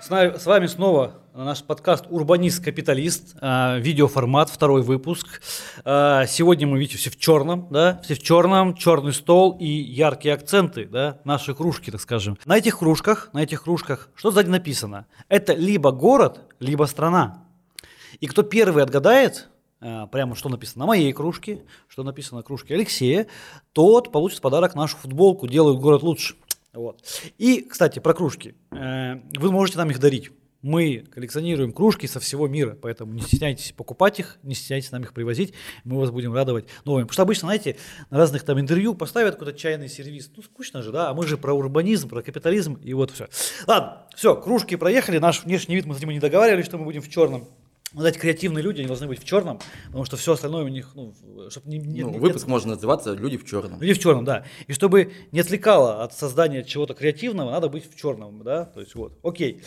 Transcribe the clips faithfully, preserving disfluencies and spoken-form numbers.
С вами снова наш подкаст «Урбанист-капиталист», видеоформат, второй выпуск. Сегодня мы, видите, все в черном, да, все в черном, черный стол и яркие акценты, да, наши кружки, так скажем. На этих кружках, на этих кружках, что сзади написано? Это либо город, либо страна. И кто первый отгадает, прямо что написано на моей кружке, что написано на кружке Алексея, тот получит в подарок нашу футболку «Делают город лучше». Вот. И, кстати, про кружки. Вы можете нам их дарить. Мы коллекционируем кружки со всего мира, поэтому не стесняйтесь покупать их, не стесняйтесь нам их привозить, мы вас будем радовать новыми. Потому что обычно, знаете, на разных там интервью поставят какой-то чайный сервиз, ну скучно же, да, а мы же про урбанизм, про капитализм и вот все. Ладно, все, кружки проехали, наш внешний вид, мы с ним не договаривались, что мы будем в черном. Вот эти креативные люди, они должны быть в черном, потому что все остальное у них, ну, чтобы не, не, ну не, выпуск не... можно называться «Люди в черном». Люди в черном, да. И чтобы не отвлекало от создания чего-то креативного, надо быть в черном, да. То есть вот, окей.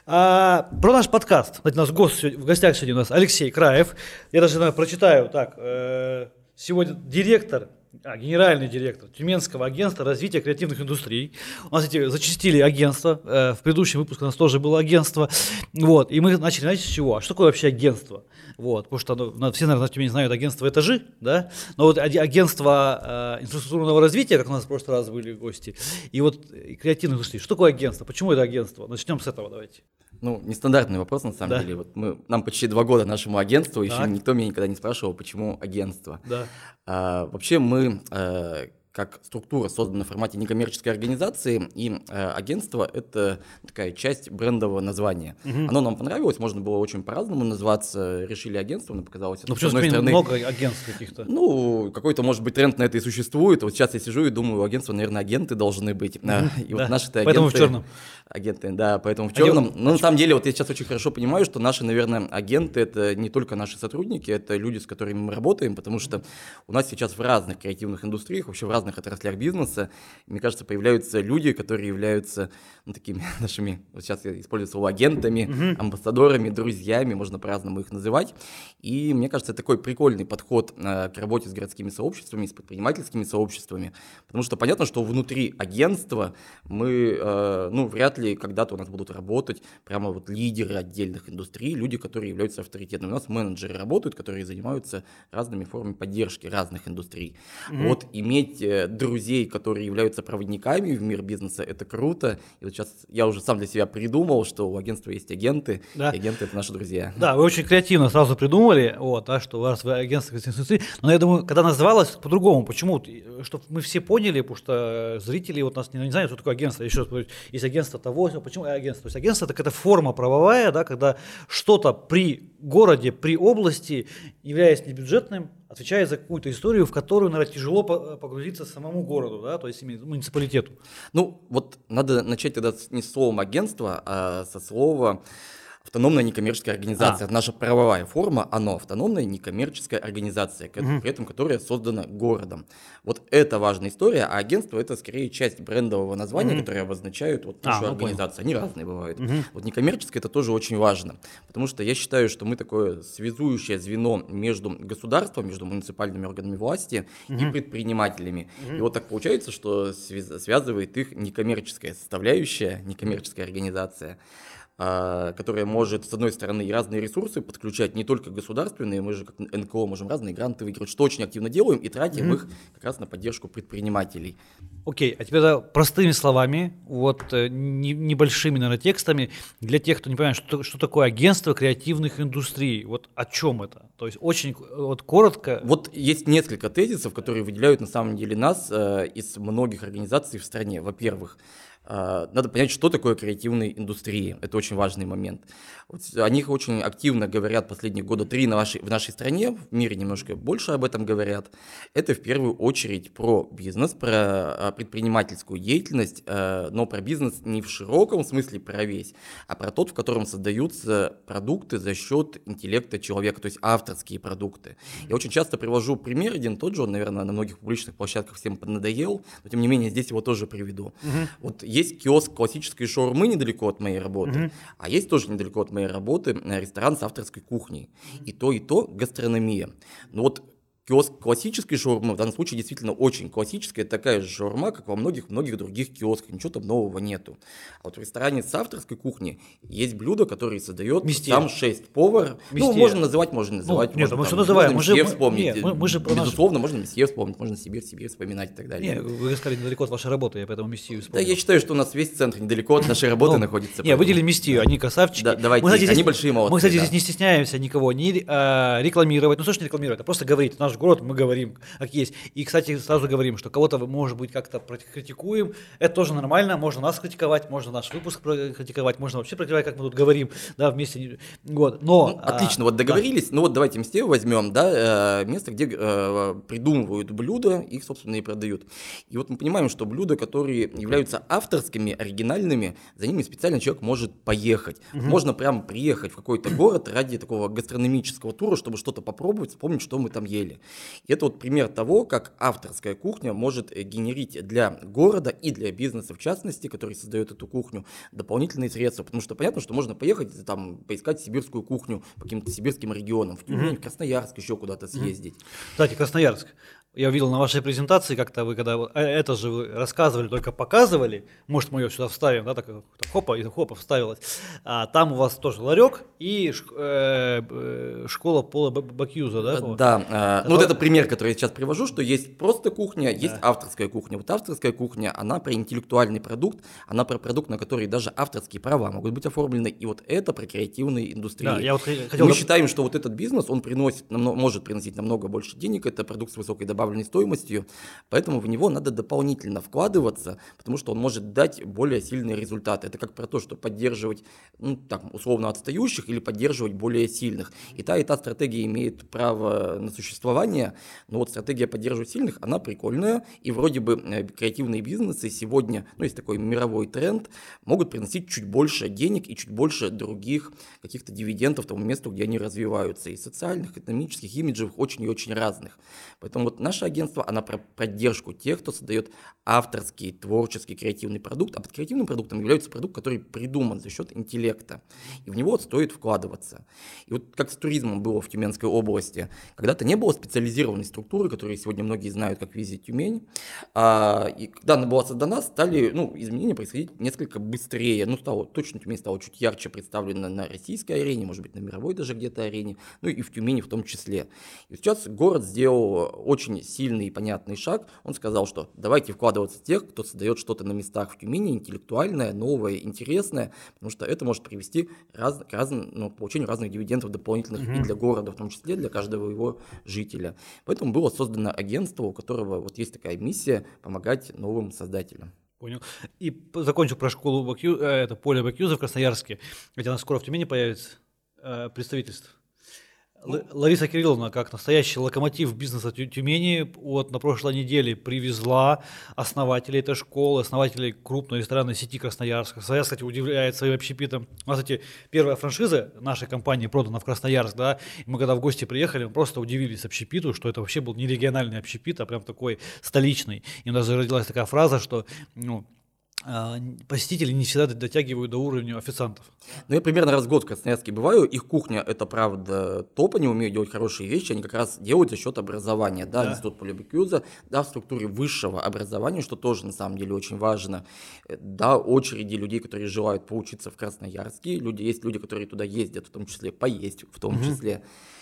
А, про наш подкаст. Кстати, у нас гость, в гостях сегодня у нас Алексей Краев. Я даже наверное, прочитаю. Так, э, сегодня директор. А, генеральный директор Тюменского агентства развития креативных индустрий. У нас эти зачастили агентства. Э, в предыдущем выпуске у нас тоже было агентство. Вот. И мы начали, знаете, с чего? А что такое вообще агентство? Вот. Потому что ну, все, наверное, в Тюмени знают агентство «Этажи», да? Но вот агентство э, инфраструктурного развития, как у нас в прошлый раз были гости, и вот и креативных индустрий. Что такое агентство? Почему это агентство? Начнем с этого, давайте. Ну, нестандартный вопрос, на самом да. деле. Вот мы, нам почти два года нашему агентству, так. еще никто меня никогда не спрашивал, почему агентство. Да. А, вообще мы, а, как структура, создана в формате некоммерческой организации, и а, агентство – это такая часть брендового названия. Угу. Оно нам понравилось, можно было очень по-разному называться, решили агентство, но показалось это, ну, с одной стороны… много агентств каких-то. Ну, какой-то, может быть, тренд на это и существует. Вот сейчас я сижу и думаю, у агентства, наверное, агенты должны быть. Угу. И да. вот наши-то агенты… Поэтому в черном. Агенты, да, поэтому в черном. Но на самом деле, вот я сейчас очень хорошо понимаю, что наши, наверное, агенты – это не только наши сотрудники, это люди, с которыми мы работаем, потому что у нас сейчас в разных креативных индустриях, вообще в разных отраслях бизнеса, мне кажется, появляются люди, которые являются ну, такими нашими, вот сейчас я использую слово агентами, mm-hmm. амбассадорами, друзьями, можно по-разному их называть. И мне кажется, это такой прикольный подход э, к работе с городскими сообществами, с предпринимательскими сообществами, потому что понятно, что внутри агентства мы, э, ну, вряд ли когда-то у нас будут работать прямо вот лидеры отдельных индустрий, люди, которые являются авторитетными. У нас менеджеры работают, которые занимаются разными формами поддержки разных индустрий. Mm-hmm. Вот иметь э, друзей, которые являются проводниками в мир бизнеса, это круто. И вот сейчас я уже сам для себя придумал, что у агентства есть агенты, да. И агенты – это наши друзья. Да, вы очень креативно сразу придумали, вот, да, что у вас агентство индустрии. Но я думаю, когда называлось по-другому, почему? Чтобы мы все поняли, потому что зрители вот нас не, не знают, что такое агентство. Еще раз, есть агентство того, почему агентство? То есть агентство – это какая-то форма правовая, да, когда что-то при городе, при области, являясь небюджетным, отвечает за какую-то историю, в которую, наверное, тяжело погрузиться самому городу, да, то есть муниципалитету. Ну, вот надо начать тогда не с словом агентства, а со слова автономная некоммерческая организация. А. Это наша правовая форма, оно автономная некоммерческая организация, угу. при этом которая создана городом. Вот это важная история, а агентство это скорее часть брендового названия, угу. которое обозначают вот нашу а, организацию. Они разные бывают. Угу. Вот некоммерческое это тоже очень важно, потому что я считаю, что мы такое связующее звено между государством, между муниципальными органами власти угу. и предпринимателями. Угу. И вот так получается, что связывает их некоммерческая составляющая, некоммерческая организация, которая может, с одной стороны, и разные ресурсы подключать, не только государственные, мы же как эн ка о можем разные гранты выиграть, что очень активно делаем и тратим mm-hmm. их как раз на поддержку предпринимателей. Окей, okay, а теперь да, простыми словами, вот не, небольшими, наверное, текстами, для тех, кто не понимает, что, что такое агентство креативных индустрий, вот о чем это? То есть очень вот коротко. Вот есть несколько тезисов, которые выделяют на самом деле нас э, из многих организаций в стране. Во-первых, надо понять, что такое креативные индустрии. Это очень важный момент. Вот о них очень активно говорят последние года три на вашей, в нашей стране, в мире немножко больше об этом говорят. Это в первую очередь про бизнес, про предпринимательскую деятельность, но про бизнес не в широком смысле про весь, а про тот, в котором создаются продукты за счет интеллекта человека, то есть авторские продукты. Я очень часто привожу пример, один тот же, он, наверное, на многих публичных площадках всем поднадоел, но тем не менее здесь его тоже приведу. Угу. Вот есть киоск классической шаурмы недалеко от моей работы, mm-hmm. а есть тоже недалеко от моей работы ресторан с авторской кухней. И то, и то гастрономия. Но вот киоск классической шаурмы, в данном случае действительно очень классическая, такая же шаурма, как во многих-многих других киосках, ничего там нового нету. А вот в ресторане с авторской кухни есть блюда, которые создает Мистер. сам шеф-повар. Мистер. Ну, можно называть, можно не называть. Ну, нет, можно, мы там, все называем. Можно Мы же- месье мы- вспомнить. не, мы- мы же про наш- Безусловно, можно месье вспомнить, можно Сибирь, Сибирь вспоминать и так далее. Не, вы сказали, недалеко от вашей работы, я поэтому Мистию Да, вспомнил. я считаю, что у нас весь центр недалеко от нашей работы Ну, находится. Не, поэтому- выделили Мистию, они красавчики. Да, давайте, Мы, кстати, они здесь- большие молодцы, Мы, кстати, да. здесь не стесняемся никого не э, рекламировать. Ну, что ж не рекламировать, а просто говорить. Наш город мы говорим, как есть. И, кстати, сразу говорим, что кого-то, может быть, как-то критикуем. Это тоже нормально. Можно нас критиковать, можно наш выпуск критиковать, можно вообще критиковать, как мы тут говорим, да, вместе. Вот. Но, Ну, отлично, вот договорились. Ну вот давайте Мстею возьмем, да, э, место, где э, придумывают блюда, их, собственно, и продают. И вот мы понимаем, что блюда, которые являются авторскими, оригинальными, за ними специально человек может поехать. Мгм. Можно прям приехать в какой-то город ради такого гастрономического тура, чтобы что-то попробовать, вспомнить, что мы там ели. И это вот пример того, как авторская кухня может э, генерить для города и для бизнеса, в частности, который создает эту кухню, дополнительные средства. Потому что понятно, что можно поехать, там, поискать сибирскую кухню по каким-то сибирским регионам, в Тюмень, Мгм. в Красноярск, еще куда-то съездить. Кстати, Красноярск. Я увидел на вашей презентации, как-то вы, когда э, это же вы рассказывали, только показывали, может, мы ее сюда вставим, да, так так хопа, и хопа вставилась. А там у вас тоже ларек и ш- э, э, школа Пола Б- Бакьюза, да? по-моему? Да, э, ну вот это пример, который я сейчас привожу, что есть просто кухня, есть Да. авторская кухня. Вот авторская кухня, она про интеллектуальный продукт, она про продукт, на который даже авторские права могут быть оформлены, и вот это про креативные индустрии. Да, я вот х- И хотел... мы доп- считаем, что вот этот бизнес, он приносит, намно- может приносить намного больше денег, это продукт с высокой добавленной стоимостью, поэтому в него надо дополнительно вкладываться, потому что он может дать более сильные результаты. Это как про то, что поддерживать, ну, так, условно отстающих или поддерживать более сильных. И та, и та стратегия имеет право на существование, но вот стратегия поддерживать сильных, она прикольная, и вроде бы э, креативные бизнесы сегодня, ну, есть такой мировой тренд, могут приносить чуть больше денег и чуть больше других каких-то дивидендов тому месту, где они развиваются, и социальных, экономических, имиджевых, очень и очень разных. Поэтому вот наше агентство, она про поддержку тех, кто создает авторский, творческий, креативный продукт, а под креативным продуктом является продукт, который придуман за счет интеллекта, и в него вот стоит вкладываться. И вот как с туризмом было в Тюменской области, когда-то не было специализированной структуры, которую сегодня многие знают как Визит Тюмень, а, и когда она была создана, стали, ну, изменения происходить несколько быстрее, ну, стало, точно Тюмень стала чуть ярче представлена на российской арене, может быть, на мировой даже где-то арене, ну, и в Тюмени в том числе. И сейчас город сделал очень сильный и понятный шаг, он сказал, что давайте вкладываться в тех, кто создает что-то на местах в Тюмени, интеллектуальное, новое, интересное, потому что это может привести раз, к разным, ну, к получению разных дивидендов дополнительных Мгм. и для города, в том числе для каждого его жителя. Поэтому было создано агентство, у которого вот есть такая миссия помогать новым создателям. Понял. И п- закончу про школу Бакью, э, это поле Бакьюза в Красноярске, ведь она скоро в Тюмени появится, э, представительство. Л- Лариса Кирилловна, как настоящий локомотив бизнеса Тю- Тюмени, вот на прошлой неделе привезла основателей этой школы, основателей крупной ресторанной сети Красноярска. Красноярск, кстати, удивляет своим общепитом. У нас, кстати, первая франшиза нашей компании продана в Красноярск, да, и мы когда в гости приехали, мы просто удивились общепиту, что это вообще был не региональный общепит, а прям такой столичный. И у нас даже родилась такая фраза, что, ну, а, посетители не всегда дотягивают до уровня официантов. Ну, я примерно раз в год в Красноярске бываю, их кухня, это правда топ, они умеют делать хорошие вещи, они как раз делают за счет образования, да, Да. институт Поля Бакьюза, да, в структуре высшего образования, что тоже на самом деле очень важно, Э, да, очереди людей, которые желают поучиться в Красноярске, люди, есть люди, которые туда ездят, в том числе поесть, в том Мгм. числе.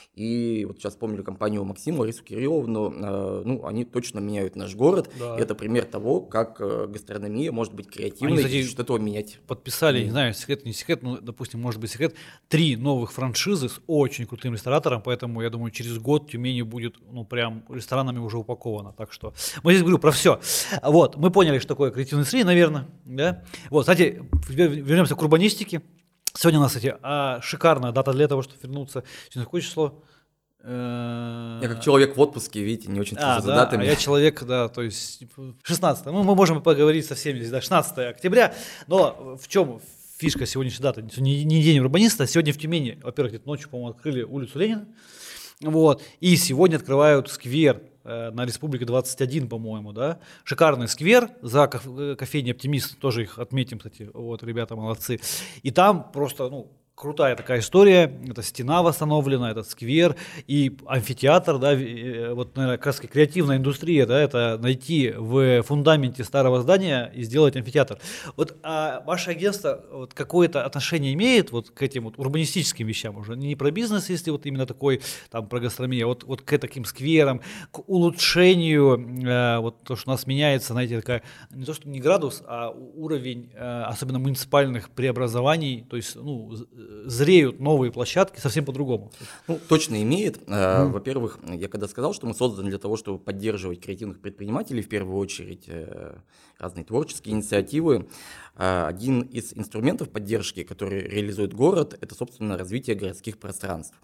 И вот сейчас вспомнили компанию Максиму, Ларису Кирилловну, э, ну, они точно меняют наш город, Да. и это пример того, как э, гастрономия может быть креативной, Они, кстати, и что этого менять. Подписали, не Мгм. знаю, секрет, не секрет, ну, допустим, может быть секрет, три новых франшизы с очень крутым ресторатором, поэтому я думаю, через год Тюмени будет, ну, прям ресторанами уже упаковано, так что мы здесь говорю про все. Вот, мы поняли, что такое креативная индустрия, наверное, да. Вот, кстати, вернемся к урбанистике. Сегодня у нас, кстати, а, шикарная дата для того, чтобы вернуться. Сегодня какое число? Э, Я как человек в отпуске, видите, не очень А, слежу за да, датами. а я человек, да, то есть шестнадцатое. Ну, мы можем поговорить со всеми здесь, да, шестнадцатое октября. Но в чем фишка сегодняшней даты? Не, не день урбаниста, сегодня в Тюмени, во-первых, где-то ночью, по-моему, открыли улицу Ленина. Вот, и сегодня открывают сквер э, на Республике двадцать один, по-моему, да. Шикарный сквер за коф- кофейней «Оптимист», тоже их отметим, кстати, вот, ребята молодцы. И там просто, ну, крутая такая история, это стена восстановлена, этот сквер и амфитеатр, да, вот, наверное, как раз креативная индустрия, да, это найти в фундаменте старого здания и сделать амфитеатр. Вот а ваше агентство вот какое-то отношение имеет вот к этим вот урбанистическим вещам уже, не про бизнес, если вот именно такой, там, про гастрономию, а вот, вот к таким скверам, к улучшению, э, вот то, что у нас меняется, знаете, такая, не то, что не градус, а уровень, э, особенно муниципальных преобразований, то есть, ну, зреют новые площадки совсем по-другому. Ну, точно имеет. Mm. Во-первых, я когда сказал, что мы созданы для того, чтобы поддерживать креативных предпринимателей, в первую очередь, разные творческие инициативы, один из инструментов поддержки, который реализует город, это, собственно, развитие городских пространств.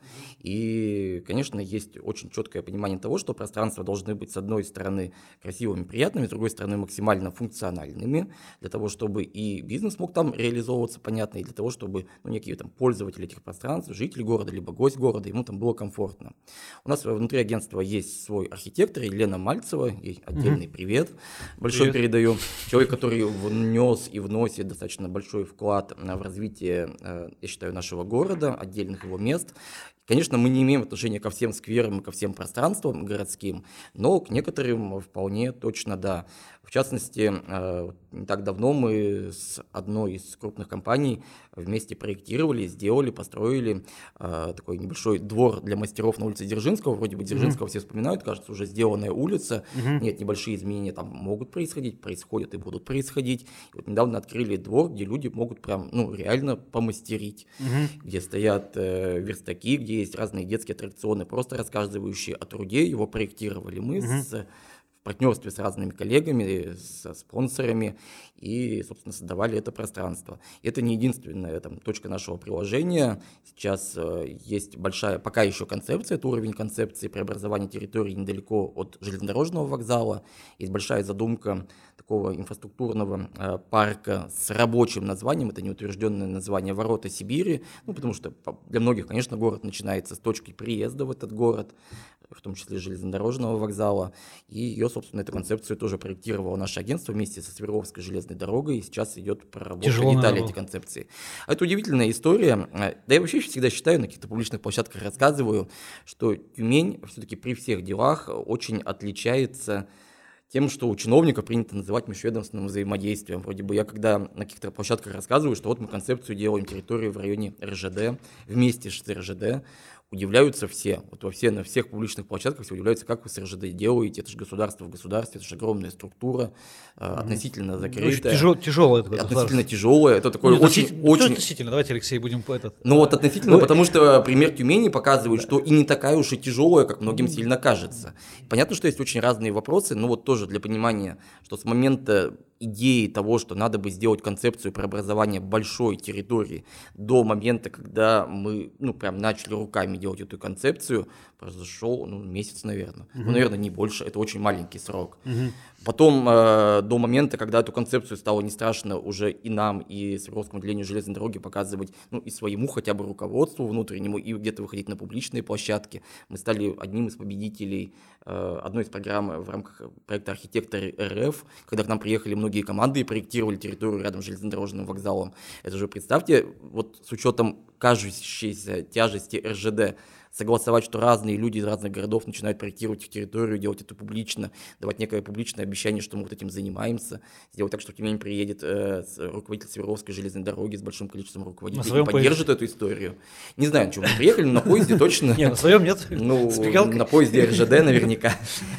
И, конечно, есть очень четкое понимание того, что пространства должны быть, с одной стороны, красивыми, приятными, с другой стороны, максимально функциональными, для того, чтобы и бизнес мог там реализовываться, понятно, и для того, чтобы ну, некие там пользователи этих пространств, жители города, либо гость города, ему там было комфортно. У нас внутри агентства есть свой архитектор, Елена Мальцева, ей отдельный mm-hmm. привет, большой привет. Передаю. Человек, который внес и вносит достаточно большой вклад в развитие, я считаю, нашего города, отдельных его мест. Конечно, мы не имеем отношения ко всем скверам и ко всем пространствам городским, но к некоторым вполне точно да. В частности, не так давно мы с одной из крупных компаний вместе проектировали, сделали, построили такой небольшой двор для мастеров на улице Дзержинского. Вроде бы Дзержинского mm-hmm. все вспоминают, кажется, уже сделанная улица. Mm-hmm. Нет, небольшие изменения там могут происходить, происходят и будут происходить. И вот недавно открыли двор, где люди могут прям, ну, реально помастерить, mm-hmm. где стоят э, верстаки, где есть разные детские аттракционы, просто рассказывающие о труде. Его проектировали мы mm-hmm. с в партнерстве с разными коллегами, со спонсорами и, собственно, создавали это пространство. Это не единственная там, точка нашего приложения. Сейчас э, есть большая, пока еще концепция, это уровень концепции преобразования территории недалеко от железнодорожного вокзала. Есть большая задумка такого инфраструктурного э, парка с рабочим названием, это неутвержденное название «Ворота Сибири», ну, потому что для многих, конечно, город начинается с точки приезда в этот город, в том числе железнодорожного вокзала, и ее, собственно, эту концепцию тоже проектировало наше агентство вместе со Свердловской железной дорогой, и сейчас идет проработка деталей этой концепции. А это удивительная история, да я вообще всегда считаю, на каких-то публичных площадках рассказываю, что Тюмень все-таки при всех делах очень отличается тем, что у чиновников принято называть межведомственным взаимодействием. Вроде бы я когда на каких-то площадках рассказываю, что вот мы концепцию делаем территорию в районе эр жэ дэ, вместе с эр жэ дэ, удивляются все. Вот во все, на всех публичных площадках все удивляются, как вы с эр жэ дэ делаете. Это же государство в государстве, это же огромная структура, mm-hmm. относительно закрытая. Тяжел, тяжелая это Относительно тяжелая. Это такое ну, очень, относительно, очень... относительно. Давайте, Алексей, будем по этот... Ну вот относительно, ну, потому что пример Тюмени показывает, да. что и не такая уж и тяжелая, как многим mm-hmm. сильно кажется. Понятно, что есть очень разные вопросы, но вот тоже для понимания, что с момента идеи того, что надо бы сделать концепцию преобразования большой территории до момента, когда мы, ну, прям начали руками делать эту концепцию, произошел, ну, месяц, наверное. Uh-huh. Ну, наверное, не больше, это очень маленький срок. Uh-huh. Потом, э, до момента, когда эту концепцию стало не страшно уже и нам, и Свердловскому отделению железной дороги показывать, ну, и своему хотя бы руководству внутреннему, и где-то выходить на публичные площадки. Мы стали одним из победителей э, одной из программ в рамках проекта «Архитекторы эр эф», когда к нам приехали многие команды и проектировали территорию рядом с железнодорожным вокзалом. Это же, представьте, вот с учетом кажущейся тяжести эр жэ дэ, согласовать, что разные люди из разных городов начинают проектировать их территорию, делать это публично, давать некое публичное обещание, что мы вот этим занимаемся, сделать так, что в Тюмень приедет э, руководитель Свердловской железной дороги с большим количеством руководителей и поддержит поезде. Эту историю. Не знаю, на чем мы приехали, но на поезде точно. Не, на своем нет. Ну, на поезде эр жэ дэ наверняка.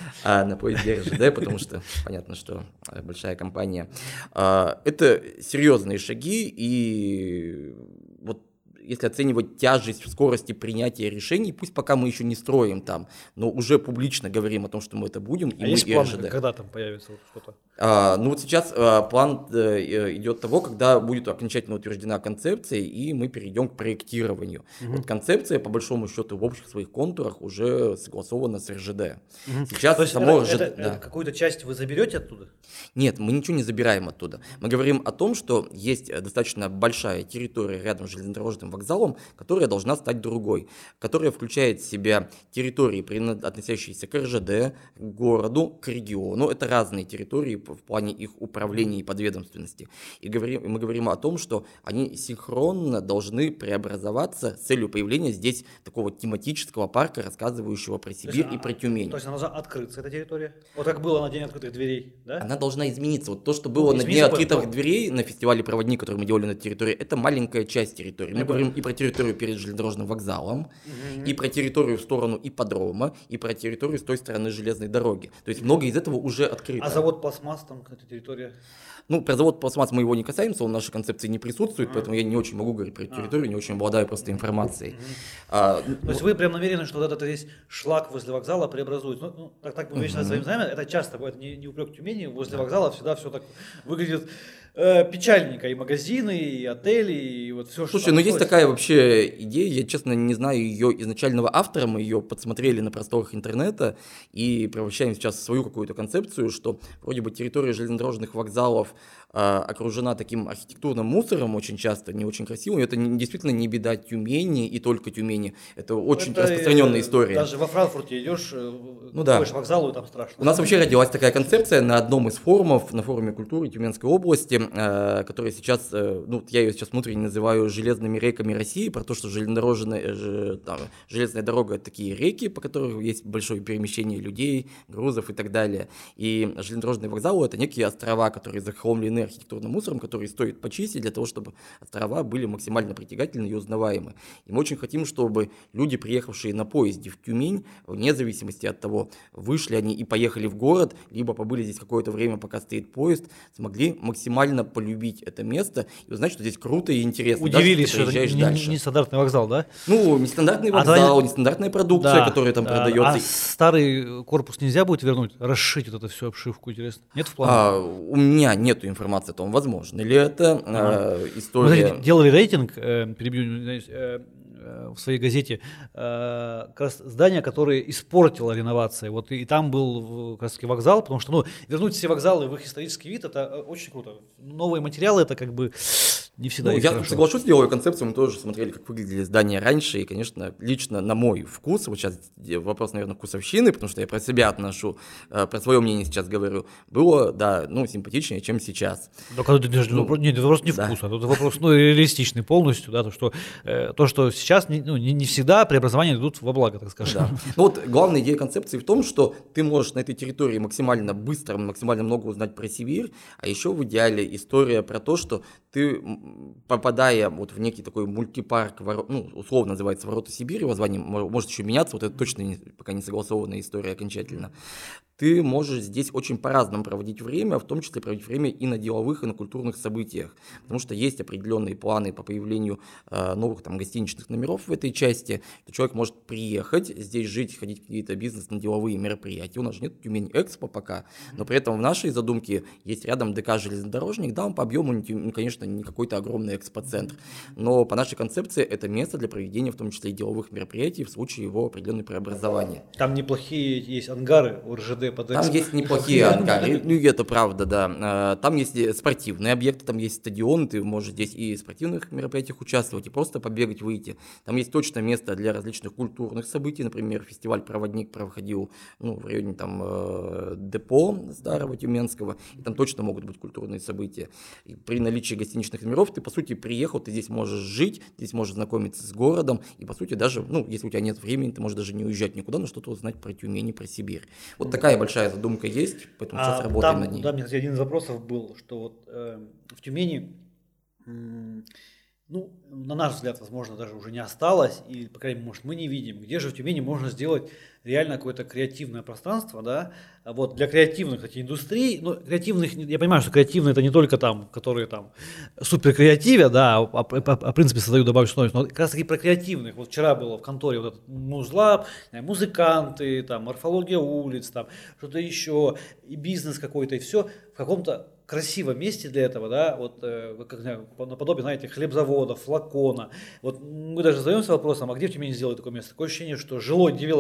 А на поезде эр жэ дэ, потому что понятно, что большая компания. Это серьезные шаги, и вот если оценивать тяжесть в скорости принятия решений, пусть пока мы еще не строим там, но уже публично говорим о том, что мы это будем. А и есть план, когда там появится вот что-то? А, ну вот сейчас а, план а, идет того, когда будет окончательно утверждена концепция, и мы перейдем к проектированию. Угу. Вот концепция, по большому счету, в общих своих контурах уже согласована с эр жэ дэ. Угу. Сейчас То есть само это, эр жэ дэ... это, да. это какую-то часть вы заберете оттуда? Нет, мы ничего не забираем оттуда. Мы говорим о том, что есть достаточно большая территория рядом с железнодорожным вокзалом, вокзалом, которая должна стать другой, которая включает в себя территории, относящиеся к эр жэ дэ, к городу, к региону. Это разные территории в плане их управления и подведомственности. И говорим, мы говорим о том, что они синхронно должны преобразоваться с целью появления здесь такого тематического парка, рассказывающего про Сибирь и про Тюмень. То есть она должна открыться, эта территория? Вот как было на День открытых дверей, да? Она должна измениться. Вот то, что было ну, на Дне открытых по... дверей на фестивале «Проводник», который мы делали на территории, это маленькая часть территории. Мы говорим и про территорию перед железнодорожным вокзалом, угу. и про территорию в сторону ипподрома, и про территорию с той стороны железной дороги. То есть много из этого уже открыто. А завод «Пластмасс» там какая-то территория? Ну, про завод «Пластмасс» мы его не касаемся, он в нашей концепции не присутствует, а. поэтому я не очень могу говорить про территорию, а. не очень обладаю просто информацией. А, То ну, есть вы прям намерены, что вот этот здесь шлак возле вокзала преобразуется? Ну, ну так, так мы вечно своим знаем, это часто бывает, не, не упрек Тюмени, возле да. вокзала всегда все так выглядит э, печальненько, и магазины, и отели, и вот все, что Слушай, ну есть такая вообще идея, я, честно, не знаю ее изначального автора, мы ее подсмотрели на просторах интернета и превращаем сейчас в свою какую-то концепцию, что вроде бы территория железнодорожных вокзалов окружена таким архитектурным мусором очень часто, не очень красивым. Это не, действительно не беда Тюмени и только Тюмени. Это очень это распространенная история. Даже во Франкфурте идешь, ну, да. ходишь к вокзалу, и там страшно. У нас вообще родилась такая концепция на одном из форумов, на форуме культуры Тюменской области, э, который сейчас, э, ну, я ее сейчас внутренне называю железными реками России, про то, что железнодорожная, ж, там, железная дорога – это такие реки, по которым есть большое перемещение людей, грузов и так далее. И железнодорожные вокзалы – это некие острова, которые захламлены архитектурным мусором, который стоит почистить для того, чтобы острова были максимально притягательны и узнаваемы. И мы очень хотим, чтобы люди, приехавшие на поезде в Тюмень, вне зависимости от того, вышли они и поехали в город, либо побыли здесь какое-то время, пока стоит поезд, смогли максимально полюбить это место и узнать, что здесь круто и интересно. Удивились, даже, что это не, не стандартный вокзал, да? Ну, не стандартный вокзал, а нестандартная продукция, да, которая там да, продается. А старый корпус нельзя будет вернуть, расшить вот эту всю обшивку, интересно? Нет в плане? А, у меня нету информации о том, возможно ли это. Ага. Э, история... Мы делали рейтинг, э, перебью, э, э, в своей газете, э, как раз здание, которое испортило реновация. Вот и, и там был как раз вокзал, потому что ну, вернуть все вокзалы в их исторический вид, это очень круто. Новые материалы, это как бы не всегда. Ну, я хорошо. соглашусь с деловой концепцией, мы тоже смотрели, как выглядели здания раньше, и, конечно, лично на мой вкус, вот сейчас вопрос, наверное, вкусовщины, потому что я про себя отношу, э, про свое мнение сейчас говорю, было, да, ну, симпатичнее, чем сейчас. Но когда ты, ну, нет, это вопрос не да. вкуса, это вопрос, ну, реалистичный полностью, да, то, что, э, то, что сейчас не, ну, не, не всегда преобразования идут во благо, так скажем. Да. Ну, вот главная идея концепции в том, что ты можешь на этой территории максимально быстро, максимально много узнать про Сибирь, а еще в идеале история про то, что ты, попадая вот в некий такой мультипарк, ну, условно называется «Ворота Сибири», название может еще меняться, вот это точно не, пока не согласованная история окончательно, ты можешь здесь очень по-разному проводить время, в том числе проводить время и на деловых, и на культурных событиях, потому что есть определенные планы по появлению э, новых там гостиничных номеров в этой части, то человек может приехать, здесь жить, ходить в какие-то бизнес-деловые мероприятия, у нас же нет Тюмень-Экспо пока, но при этом в нашей задумке есть рядом ДК «Железнодорожник», да, он по объему, ну, конечно, не какой-то огромный экспоцентр, но по нашей концепции это место для проведения в том числе и деловых мероприятий в случае его определенного преобразования. Там неплохие есть ангары у эр жэ дэ. Там есть неплохие ангары, ну это правда, да. Там есть спортивные объекты, там есть стадион, ты можешь здесь и в спортивных мероприятиях участвовать, и просто побегать, выйти. Там есть точно место для различных культурных событий, например, фестиваль «Проводник» проходил ну, в районе там депо старого Тюменского, и там точно могут быть культурные события. И при наличии гостиничных номеров ты, по сути, приехал, ты здесь можешь жить, здесь можешь знакомиться с городом, и, по сути, даже, ну, если у тебя нет времени, ты можешь даже не уезжать никуда, но что-то узнать про Тюмень и про Сибирь. Вот такая большая задумка есть, поэтому а сейчас работаем там, над ней. Да, мне, кстати, один из вопросов был, что вот э, в Тюмени, э, ну, на наш взгляд, возможно, даже уже не осталось, и, по крайней мере, может, мы не видим, где же в Тюмени можно сделать реально какое-то креативное пространство, да, вот для креативных этих индустрий, ну, креативных, я понимаю, что креативные это не только там, которые там супер креативят, да, а, а, а, а в принципе создают добавочную стоимость, но как раз таки про креативных, вот вчера было в конторе вот этот музлаб, музыканты, там, морфология улиц, там, что-то еще, и бизнес какой-то, и все в каком-то красивом месте для этого, да, вот э, как наподобие, знаете, хлебзавода, флакона. Вот мы даже задаемся вопросом, а где в Тюмени сделать такое место? Такое ощущение, что жилой девелопмент все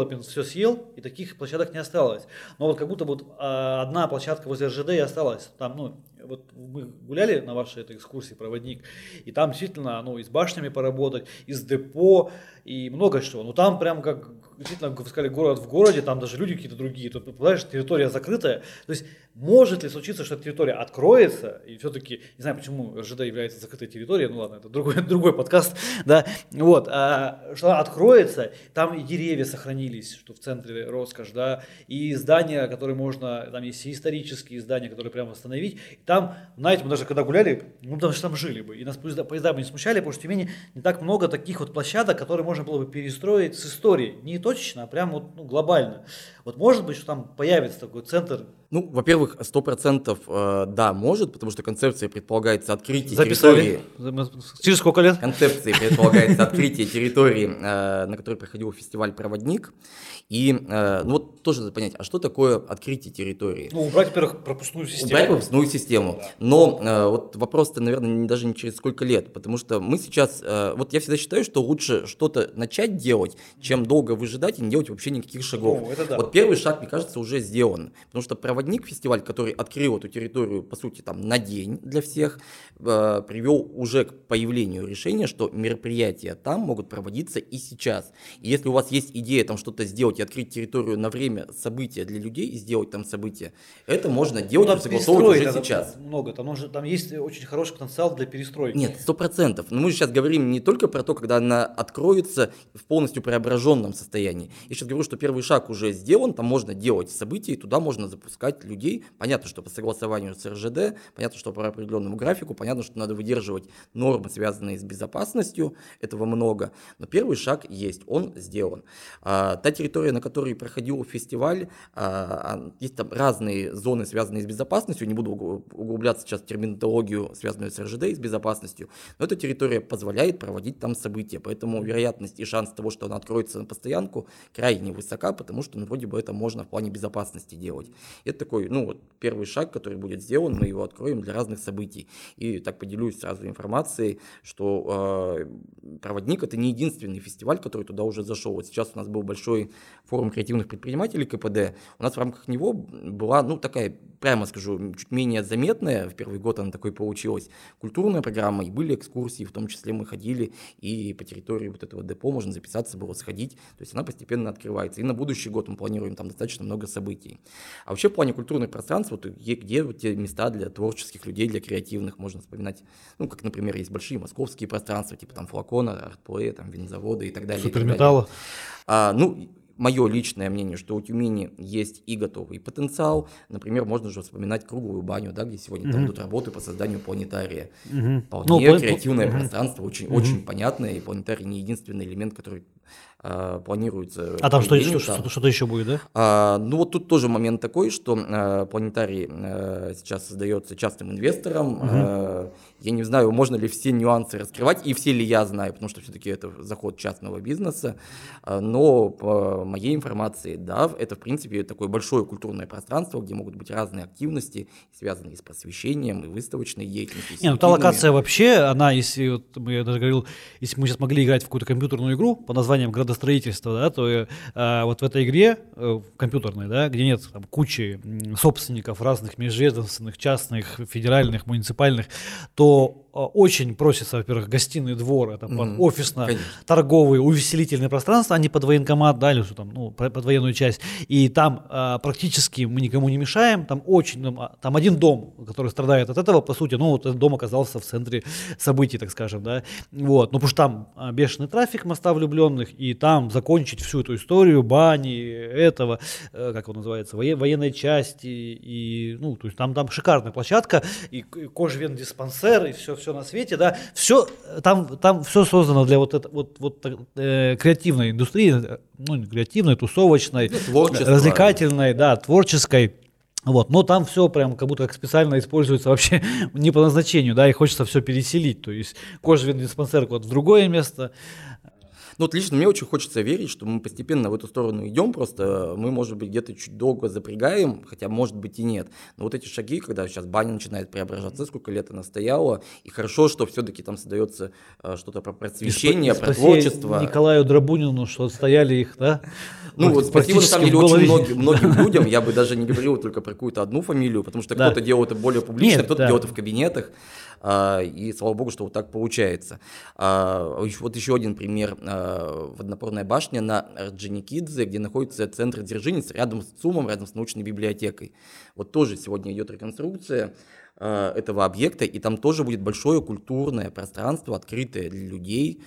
съел, и таких площадок не осталось. Но вот как будто вот а, одна площадка возле эр жэ дэ и осталась. Там, ну, вот мы гуляли на вашей этой экскурсии, проводник, и там действительно, ну, и с башнями поработать, и с депо, и много чего. Ну, там прям как, действительно, вы сказали, город в городе, там даже люди какие-то другие. Тут, понимаешь, территория закрытая. То есть, может ли случиться, что эта территория откроется, и все-таки, не знаю, почему эр жэ дэ является закрытой территорией, ну ладно, это другой, другой подкаст, да, вот, а, что она откроется, там и деревья сохранились, что в центре роскошь, да, и здания, которые можно, там есть и исторические здания, которые прямо восстановить, и там, знаете, мы даже когда гуляли, ну, потому что там жили бы, и нас поезда, поезда бы не смущали, потому что в Тюмени не так много таких вот площадок, которые можно было бы перестроить с историей, не точечно, а прям вот, ну, глобально. Вот может быть, что там появится такой центр. Ну, во-первых, сто процентов э, да, может, потому что концепция предполагается открытие Записали. территории. Через сколько лет? Концепции предполагается открытие территории, э, на которой проходил фестиваль «Проводник». И э, ну, вот тоже надо понять, а что такое открытие территории? Ну, убрать, во-первых, пропускную систему. Убрать пропускную систему. Да. Но э, вот вопрос-то, наверное, даже не через сколько лет, потому что мы сейчас, э, вот я всегда считаю, что лучше что-то начать делать, чем долго выжидать и не делать вообще никаких шагов. О, это да. Вот первый шаг, мне кажется, уже сделан, потому что «Проводник» фестиваль, который открыл эту территорию, по сути, там на день для всех, э, привел уже к появлению решения, что мероприятия там могут проводиться и сейчас. И если у вас есть идея там что-то сделать и открыть территорию на время события для людей и сделать там события, это можно делать ну, и согласовывать уже это сейчас. Много, там, нужно, там есть очень хороший потенциал для перестройки. Нет, сто процентов. Но мы же сейчас говорим не только про то, когда она откроется в полностью преображенном состоянии. Я сейчас говорю, что первый шаг уже сделан, там можно делать события, и туда можно запускать людей. Понятно, что по согласованию с эр жэ дэ, понятно, что по определенному графику, понятно, что надо выдерживать нормы, связанные с безопасностью, этого много. Но первый шаг есть, он сделан. А, та территория, на которой проходил фестиваль, а, есть там разные зоны, связанные с безопасностью, не буду углубляться сейчас в терминологию, связанную с эр жэ дэ и с безопасностью, но эта территория позволяет проводить там события, поэтому вероятность и шанс того, что она откроется на постоянку, крайне высока, потому что, ну, вроде бы это можно в плане безопасности делать. Это такой, ну, вот первый шаг, который будет сделан, мы его откроем для разных событий. И так поделюсь сразу информацией, что э, «Проводник» — это не единственный фестиваль, который туда уже зашел. Вот сейчас у нас был большой форум креативных предпринимателей ка пэ дэ. У нас в рамках него была, ну, такая, прямо скажу, чуть менее заметная, в первый год она такой получилась, культурная программа, и были экскурсии, в том числе мы ходили, и по территории вот этого депо можно записаться было, сходить. То есть она постепенно открывается. И на будущий год мы планируем там достаточно много событий. А вообще в плане культурных пространств, вот где, где вот те места для творческих людей, для креативных, можно вспоминать, ну, как, например, есть большие московские пространства, типа там Флакона, Артплея, там винзаводы и так далее. Суперметалла. А, ну, мое личное мнение, что у Тюмени есть и готовый потенциал. Например, можно же вспоминать круглую баню, да, где сегодня mm-hmm. там идут работы по созданию планетария. Mm-hmm. Вполне ну, креативное mm-hmm. пространство, очень, mm-hmm. очень понятное, и планетарий не единственный элемент, который а, планируется. А там что, что, что, что-то еще будет, да? А, ну вот тут тоже момент такой, что а, планетарий а, сейчас создается частным инвестором. Mm-hmm. А, я не знаю, можно ли все нюансы раскрывать, и все ли я знаю, потому что все-таки это заход частного бизнеса, а, но по моей информации, да, это, в принципе, такое большое культурное пространство, где могут быть разные активности, связанные с просвещением и выставочной деятельностью. Не, ну та локация вообще, она, если, вот, я даже говорил, если мы сейчас могли играть в какую-то компьютерную игру по названием «Градостроительство», да, то а, вот в этой игре, э, компьютерной, да, где нет там, кучи собственников разных межведомственных, частных, федеральных, муниципальных, то очень просится, во-первых, гостиный двор, это mm-hmm. офисно-торговые, увеселительные пространства, а не под военкомат, да, или что там, ну, под военную часть. И там а, практически мы никому не мешаем, там очень, там, там один дом, который страдает от этого, по сути, ну, вот этот дом оказался в центре событий, так скажем, да, вот, ну, потому что там а, бешеный трафик моста влюбленных, и там закончить всю эту историю бани, этого, э, как он называется, воен, военной части, и, ну, то есть там, там шикарная площадка, и, и кожвендиспансер, и все, все на свете, да, все, там, там все создано для вот, это, вот, вот э, креативной индустрии, ну, не креативной, тусовочной, ну, развлекательной, да, творческой. Вот, но там все прям как будто как специально используется вообще не по назначению, да, и хочется все переселить, то есть кожвендиспансер вот в другое место. Ну вот лично мне очень хочется верить, что мы постепенно в эту сторону идем, просто мы, может быть, где-то чуть долго запрягаем, хотя, может быть, и нет. Но вот эти шаги, когда сейчас баня начинает преображаться, сколько лет она стояла, и хорошо, что все-таки там создается э, что-то про просвещение, про творчество. Николаю Драбунину, что стояли их, да? Ну вот спасибо, на самом деле, очень многим, многим людям, я бы даже не говорил только про какую-то одну фамилию, потому что да. кто-то делает это более публично, кто-то да. делает это в кабинетах. И слава богу, что вот так получается. Вот еще один пример. Водонапорная башня на Орджоникидзе, где находится центр Дзержинец, рядом с ЦУМом, рядом с научной библиотекой. Вот тоже сегодня идет реконструкция этого объекта, и там тоже будет большое культурное пространство, открытое для людей,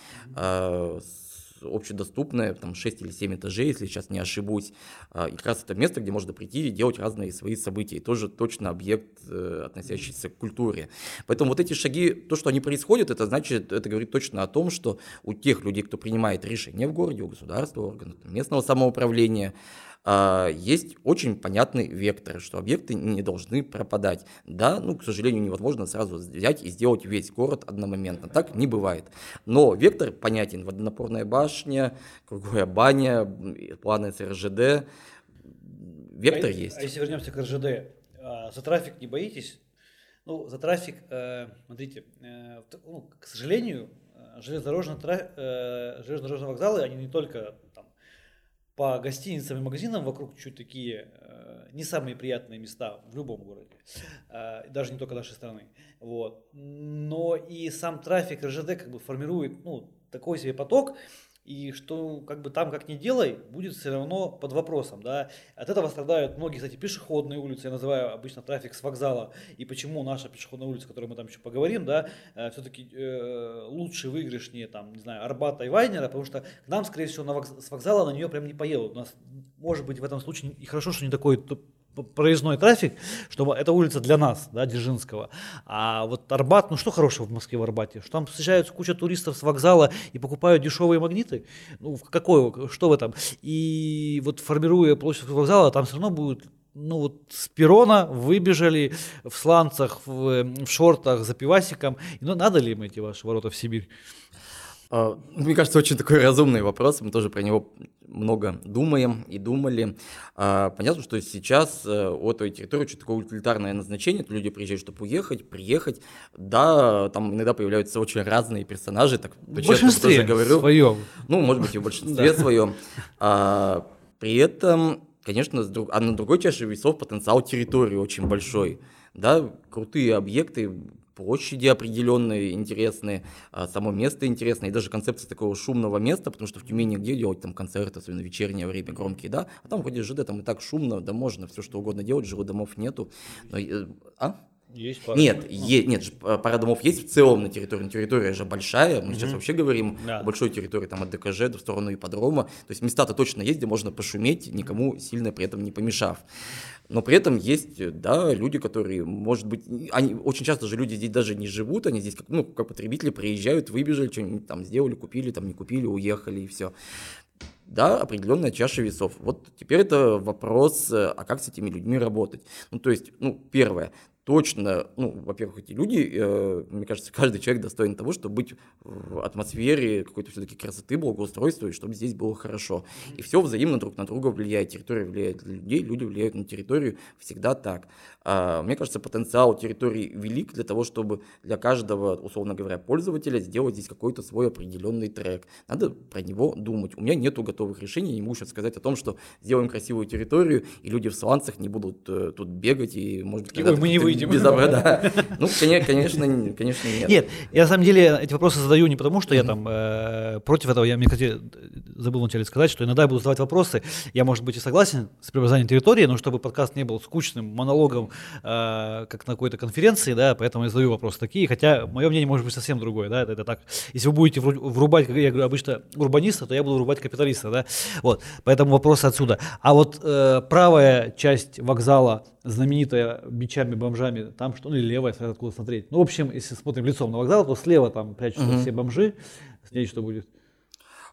общедоступное, там шесть или семь этажей, если сейчас не ошибусь. И как раз это место, где можно прийти и делать разные свои события. И тоже точно объект, относящийся к культуре. Поэтому вот эти шаги, то, что они происходят, это значит, это говорит точно о том, что у тех людей, кто принимает решения в городе, у государства, органов местного самоуправления, есть очень понятный вектор, что объекты не должны пропадать. Да, ну, к сожалению, невозможно сразу взять и сделать весь город одномоментно. Так не бывает. Но вектор понятен. Водонапорная башня, круговая баня, планы с эр жэ дэ. Вектор а есть. А если вернемся к эр жэ дэ, за трафик не боитесь? Ну, за трафик, смотрите, ну, к сожалению, железнодорожные, железнодорожные вокзалы, они не только там по гостиницам и магазинам вокруг чуть такие э, не самые приятные места в любом городе, э, даже не только нашей страны. Вот. Но и сам трафик эр жэ дэ как бы формирует ну, такой себе поток, и что как бы там как ни делай, будет все равно под вопросом. Да? От этого страдают многие, кстати, пешеходные улицы, я называю обычно трафик с вокзала, и почему наша пешеходная улица, о которой мы там еще поговорим, да, э, все-таки э, лучше, выигрышнее, там, не знаю, Арбата и Вайнера, потому что к нам, скорее всего, на вокз... с вокзала на нее прям не поедут. У нас, может быть, в этом случае и хорошо, что не такой проездной трафик, что это улица для нас, да, Дзержинского. А вот Арбат, ну что хорошего в Москве в Арбате? Что там встречаются куча туристов с вокзала и покупают дешевые магниты? Ну, какое, что в этом? И вот формируя площадь вокзала, там все равно будет, ну вот с перрона выбежали в сланцах, в, в шортах, за пивасиком. Ну, надо ли им эти ваши ворота в Сибирь? Мне кажется, очень такой разумный вопрос, мы тоже про него много думаем и думали. Понятно, что сейчас у этой территории очень такое утилитарное назначение, люди приезжают, чтобы уехать, приехать, да, там иногда появляются очень разные персонажи, так в большинстве тоже говорю. Своем. Ну, может быть, и в большинстве своем. При этом, конечно, а на другой чаше весов потенциал территории очень большой, да, крутые объекты, площади определенные, интересные, само место интересное, и даже концепция такого шумного места, потому что в Тюмени где делать там концерты, особенно в вечернее время громкие, да, а там вроде ЖД, там и так шумно, да можно все что угодно делать, жилых домов нету, но, а? Есть пара. Нет, е- нет, пара домов есть в целом на территории, но территория же большая, мы mm-hmm. сейчас вообще говорим да. о большой территории, там от дэ ка жэ в сторону ипподрома, то есть места-то точно есть, где можно пошуметь, никому сильно при этом не помешав. Но при этом есть, да, люди, которые, может быть, они, очень часто же люди здесь даже не живут, они здесь как, ну, как потребители приезжают, выбежали, что-нибудь там сделали, купили, там не купили, уехали и все. Да, определенная чаша весов. Вот теперь это вопрос, а как с этими людьми работать? Ну, то есть, ну, первое, точно, ну, во-первых, эти люди, э, мне кажется, каждый человек достоин того, чтобы быть в атмосфере какой-то все-таки красоты, благоустройства, и чтобы здесь было хорошо. И все взаимно друг на друга влияет. Территория влияет на людей, люди влияют на территорию. Всегда так. А, мне кажется, потенциал территории велик для того, чтобы для каждого, условно говоря, пользователя сделать здесь какой-то свой определенный трек. Надо про него думать. У меня нету готовых решений. Я не могу сейчас сказать о том, что сделаем красивую территорию, и люди в сланцах не будут э, тут бегать, и, может быть, когда-то... Мы не выйдем. Без да. Ну, конечно, конечно, нет. Нет, я на самом деле эти вопросы задаю не потому, что я там э, против этого. Я, мне, кстати, забыл вначале сказать, что иногда я буду задавать вопросы. Я, может быть, и согласен с преобразованием территории, но чтобы подкаст не был скучным монологом, э, как на какой-то конференции, да, поэтому я задаю вопросы такие. Хотя мое мнение может быть совсем другое, да, это, это так. Если вы будете врубать, как я говорю, обычно урбаниста, то я буду врубать капиталиста, да. Вот, поэтому вопросы отсюда. А вот э, правая часть вокзала, знаменитая бичами, бомжами, там что, ну или левая, откуда смотреть. Ну, в общем, если смотрим лицом на вокзал, то слева там прячутся uh-huh. все бомжи, с ней что будет?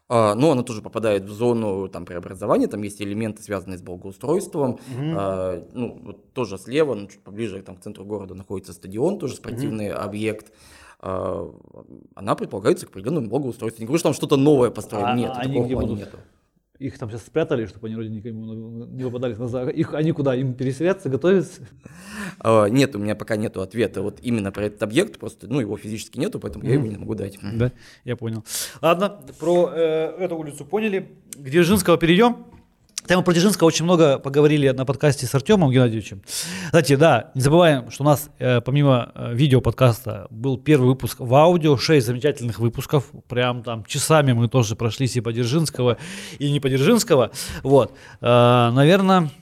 А, ну, она тоже попадает в зону там, преобразования, там есть элементы, связанные с благоустройством. Mm-hmm. А, ну, вот тоже слева, ну, чуть поближе там, к центру города находится стадион, тоже спортивный mm-hmm. объект. А, она предполагается к определенному благоустройству. Не говорю, что там что-то новое построено, а, нет, такого плана нету. Их там сейчас спрятали, чтобы они вроде никому не попадались на глаза. Их, они куда? Им переселяться, готовятся? А, нет, у меня пока нету ответа вот именно про этот объект, просто ну, его физически нету, поэтому mm-hmm. я его не могу дать. Да, я понял. Ладно, про э, эту улицу поняли. К Дзержинского перейдем. Там про Дзержинского очень много поговорили на подкасте с Артемом Геннадьевичем. Кстати, да, не забываем, что у нас э, помимо э, видео-подкаста был первый выпуск в аудио, шесть замечательных выпусков. Прям там часами мы тоже прошлись и по Дзержинского, и не по Дзержинского. Вот, э, наверное...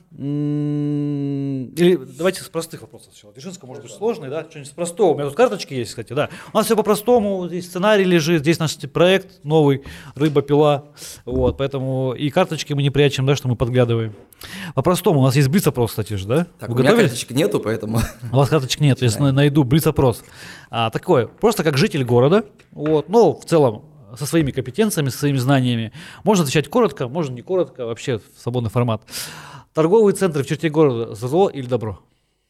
Или давайте с простых вопросов сначала. Дзержинского может быть сложный, да? Что-нибудь с простого. У меня тут карточки есть, кстати, да. У нас все по-простому. Здесь сценарий лежит, здесь наш проект новый, рыба-пила. Вот, поэтому и карточки мы не прячем, да, что мы подглядываем. По-простому. У нас есть блиц-опрос, кстати же, да? Так, Вы у меня готовились? Карточек нету, поэтому... У вас карточек нет, если найду блиц-опрос. А, такое, просто как житель города. Вот, ну, в целом, со своими компетенциями, со своими знаниями. Можно отвечать коротко, можно не коротко, вообще свободный формат. Торговые центры в черте города – зло или добро?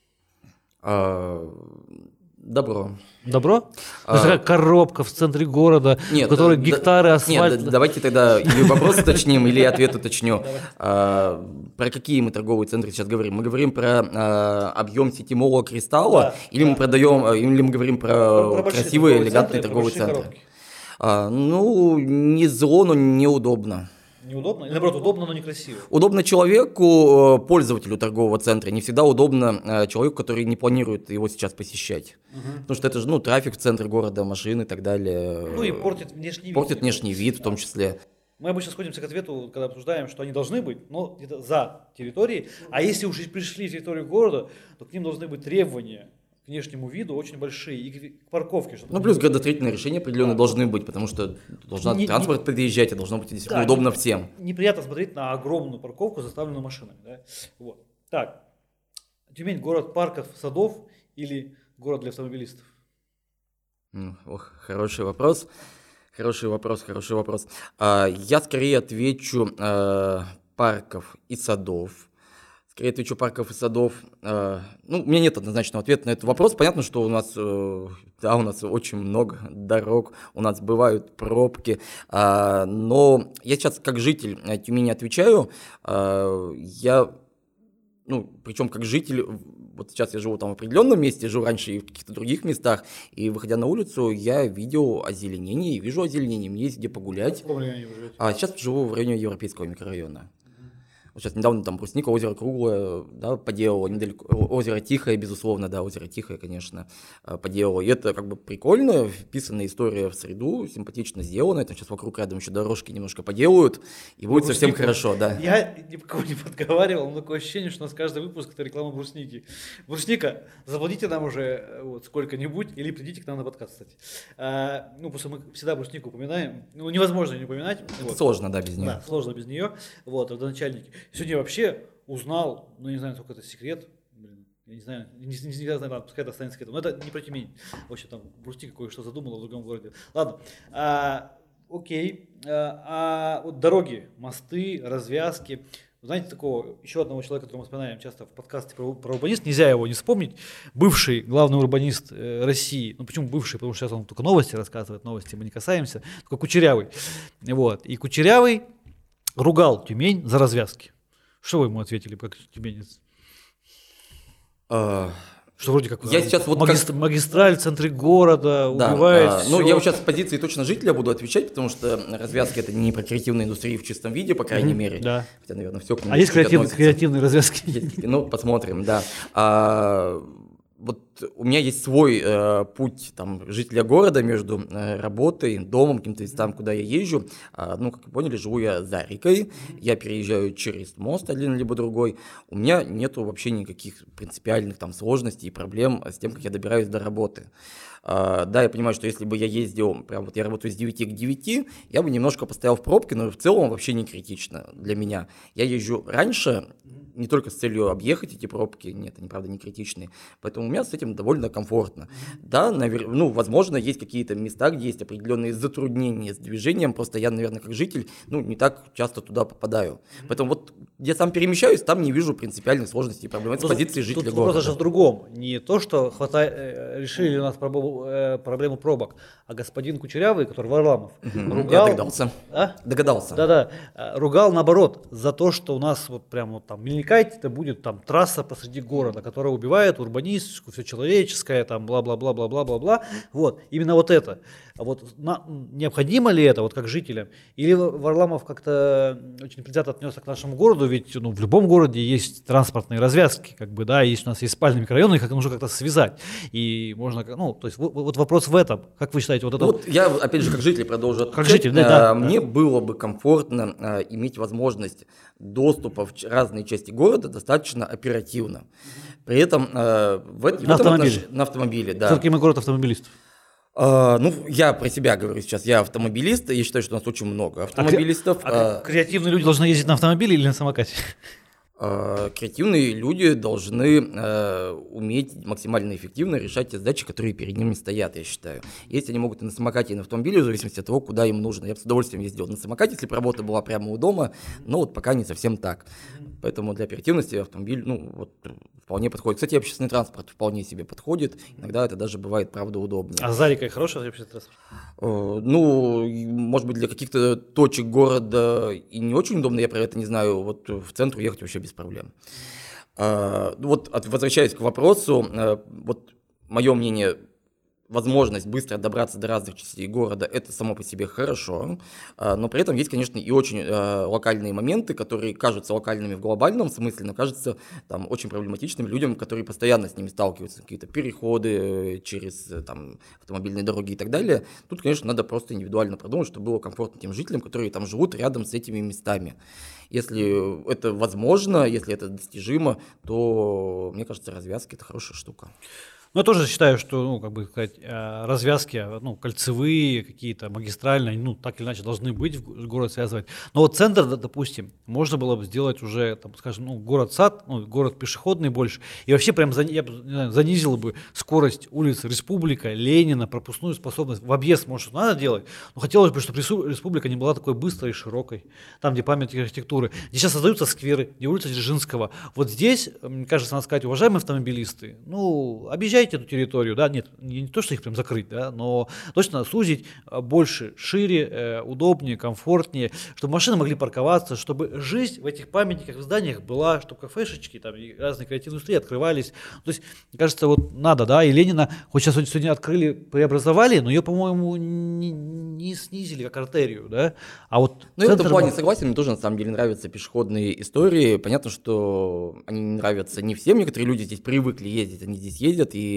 А, добро. Добро? А, То есть такая коробка в центре города, нет, в которой да, гектары асфальта. Нет, давайте тогда или вопрос уточним, или ответ уточню. А, про какие мы торговые центры сейчас говорим? Мы говорим про а, объем сети мола «Кристалла», да, или да. мы продаем, или мы говорим про, про красивые, элегантные торговые центры? центры? А, ну, не зло, но неудобно. Неудобно? Или наоборот, удобно, но некрасиво? Удобно человеку, пользователю торгового центра. Не всегда удобно человеку, который не планирует его сейчас посещать. Угу. Потому что это же ну, трафик в центр города, машины и так далее. Ну и портит внешний вид. Портит внешний вид в том числе. Мы обычно сходимся к ответу, когда обсуждаем, что они должны быть, но где-то за территорией. А если уже пришли в территорию города, то к ним должны быть требования к внешнему виду очень большие, и к парковке. Ну, плюс градостроительные решения определенно да. должны быть, потому что должна не, транспорт не, подъезжать, и должно быть действительно да, удобно всем. Неприятно смотреть на огромную парковку, заставленную машинами. Да? Вот. Так, Тюмень – город парков, садов или город для автомобилистов? Ох, хороший вопрос. Хороший вопрос, хороший вопрос. Я скорее отвечу парков и садов. Скорее отвечу парков и садов. Ну, у меня нет однозначного ответа на этот вопрос. Понятно, что у нас, да, у нас очень много дорог, у нас бывают пробки, но я сейчас как житель Тюмени отвечаю, я, ну, причем как житель, вот сейчас я живу там в определенном месте, живу раньше и в каких-то других местах, и выходя на улицу, я видел озеленение, и вижу озеленение, мне есть где погулять. А сейчас живу в районе Европейского микрорайона. Сейчас недавно там Брусника, озеро Круглое, да, поделало, недалеко, озеро Тихое, безусловно, да, озеро Тихое, конечно, поделало. И это как бы прикольно, вписанная история в среду, симпатично сделана. Это сейчас вокруг рядом еще дорожки немножко поделают, и будет совсем хорошо, да. Я никого не подговаривал, но такое ощущение, что у нас каждый выпуск это реклама Брусники. Брусника, заплатите нам уже вот сколько-нибудь, или придите к нам на подкаст, кстати. А, ну, просто мы всегда Бруснику упоминаем. Ну, невозможно не упоминать. Вот. Сложно, да, без нее. Да, сложно без нее. Вот, родоначальники. Сегодня я вообще узнал, ну, не знаю, сколько это секрет, блин, я не знаю, не, не, не знаю, ладно, пускай это останется секретом, но это не про Тюмень. В общем, там Брусника кое-что задумала в другом городе. Ладно, а, окей, а, а вот дороги, мосты, развязки. Знаете, такого еще одного человека, которого мы вспоминаем часто в подкасте про, про урбанист, нельзя его не вспомнить, бывший главный урбанист э, России, ну почему бывший, потому что сейчас он только новости рассказывает, новости мы не касаемся, только Кучерявый. Вот. И Кучерявый ругал Тюмень за развязки. Что вы ему ответили, как тюменец? А... Что вроде как я сейчас вот магистр, как... магистраль в центре города, да, убивает а, все. Ну, я вот сейчас с позиции точно жителя буду отвечать, потому что развязки – это не про креативную индустрию в чистом виде, по крайней mm-hmm, мере. Да. Хотя, наверное, все к нему А есть креатив, креативные развязки? Есть, ну, посмотрим, да. А, вот у меня есть свой э, путь там, жителя города между э, работой, домом, каким-то местам, куда я езжу. А, ну, как вы поняли, живу я за рекой, я переезжаю через мост один либо другой. У меня нету вообще никаких принципиальных там сложностей и проблем с тем, как я добираюсь до работы. Uh, да, я понимаю, что если бы я ездил, прям вот я работаю с девяти к девяти, я бы немножко постоял в пробке, но в целом вообще не критично для меня. Я езжу раньше, не только с целью объехать эти пробки, нет, они, правда, не критичные. Поэтому у меня с этим довольно комфортно. Да, навер... ну, возможно, есть какие-то места, где есть определенные затруднения с движением, просто я, наверное, как житель, ну, не так часто туда попадаю. Поэтому вот где сам перемещаюсь, там не вижу принципиальных сложностей и проблем. Это с позиции жителя тут города. Вопрос даже в другом. Не то, что хватает, решили у нас проблему пробок, а господин Кучерявый, который Варламов, Угу. ругал... Я догадался. А? Догадался. Да-да. Ругал наоборот за то, что у нас вот прямо вот там Мельникайте, это будет там трасса посреди города, которая убивает урбанистику, все человеческое, там бла-бла-бла-бла-бла-бла-бла. Вот, именно вот это. А вот на, необходимо ли это вот как жителям? Или Варламов как-то очень предвзято отнесся к нашему городу, ведь ну, в любом городе есть транспортные развязки, как бы, да, есть у нас есть спальные микрорайоны, их нужно как-то связать. И можно, ну, то есть вот, вот вопрос в этом. Как вы считаете, вот это? Вот я, опять же, как житель продолжу отвечать. Как житель, да, да. Мне было бы комфортно а, иметь возможность доступа в разные части города достаточно оперативно. При этом а, в, в на этом автомобиле. отнош... на автомобиле, да. Все-таки мы город автомобилистов. А, ну, я про себя говорю сейчас. Я автомобилист, и я считаю, что у нас очень много автомобилистов. А, а креативные люди должны ездить на автомобиле или на самокате? Креативные люди должны э, уметь максимально эффективно решать те задачи, которые перед ними стоят, я считаю. Если они могут и на самокате, и на автомобиле, в зависимости от того, куда им нужно. Я бы с удовольствием ездил на самокате, если бы работа была прямо у дома, но вот пока не совсем так. Поэтому для оперативности автомобиль, ну, вот, вполне подходит. Кстати, общественный транспорт вполне себе подходит. Иногда это даже бывает, правда, удобнее. А Зарика хороший общественный транспорт? Э, ну, может быть, для каких-то точек города и не очень удобно, я про это не знаю. Вот в центр уехать вообще без проблем. Э, вот, от, возвращаясь к вопросу, э, вот мое мнение, возможность быстро добраться до разных частей города – это само по себе хорошо, но при этом есть, конечно, и очень э, локальные моменты, которые кажутся локальными в глобальном смысле, но кажутся там, очень проблематичными людям, которые постоянно с ними сталкиваются, какие-то переходы через там, автомобильные дороги и так далее. Тут, конечно, надо просто индивидуально продумать, чтобы было комфортно тем жителям, которые там живут рядом с этими местами. Если это возможно, если это достижимо, то, мне кажется, развязки – это хорошая штука. Ну, я тоже считаю, что, ну, как бы сказать, развязки, ну, кольцевые, какие-то магистральные, ну, так или иначе должны быть, город связывать. Но вот центр, допустим, можно было бы сделать уже, там, скажем, ну, город-сад, ну, город пешеходный больше, и вообще прям за, я бы, не знаю, занизил бы скорость улиц Республика, Ленина, пропускную способность. В объезд, может, надо делать, но хотелось бы, чтобы Республика не была такой быстрой и широкой, там, где памятники архитектуры, где сейчас создаются скверы, где улица Дзержинского. Вот здесь, мне кажется, надо сказать, уважаемые автомобилисты, ну, объезжайте эту территорию, да, нет, не, не то, что их прям закрыть, да, но точно сузить больше, шире, э, удобнее, комфортнее, чтобы машины могли парковаться, чтобы жизнь в этих памятниках, в зданиях была, чтобы кафешечки, там, и разные креативные индустрии открывались. То есть, мне кажется, вот надо, да, и Ленина, хоть сейчас сегодня открыли, преобразовали, но ее, по-моему, не, не снизили как артерию, да, а вот... Ну, я в этом плане согласен, мне тоже, на самом деле, нравятся пешеходные истории. Понятно, что они не нравятся не всем, некоторые люди здесь привыкли ездить, они здесь ездят, и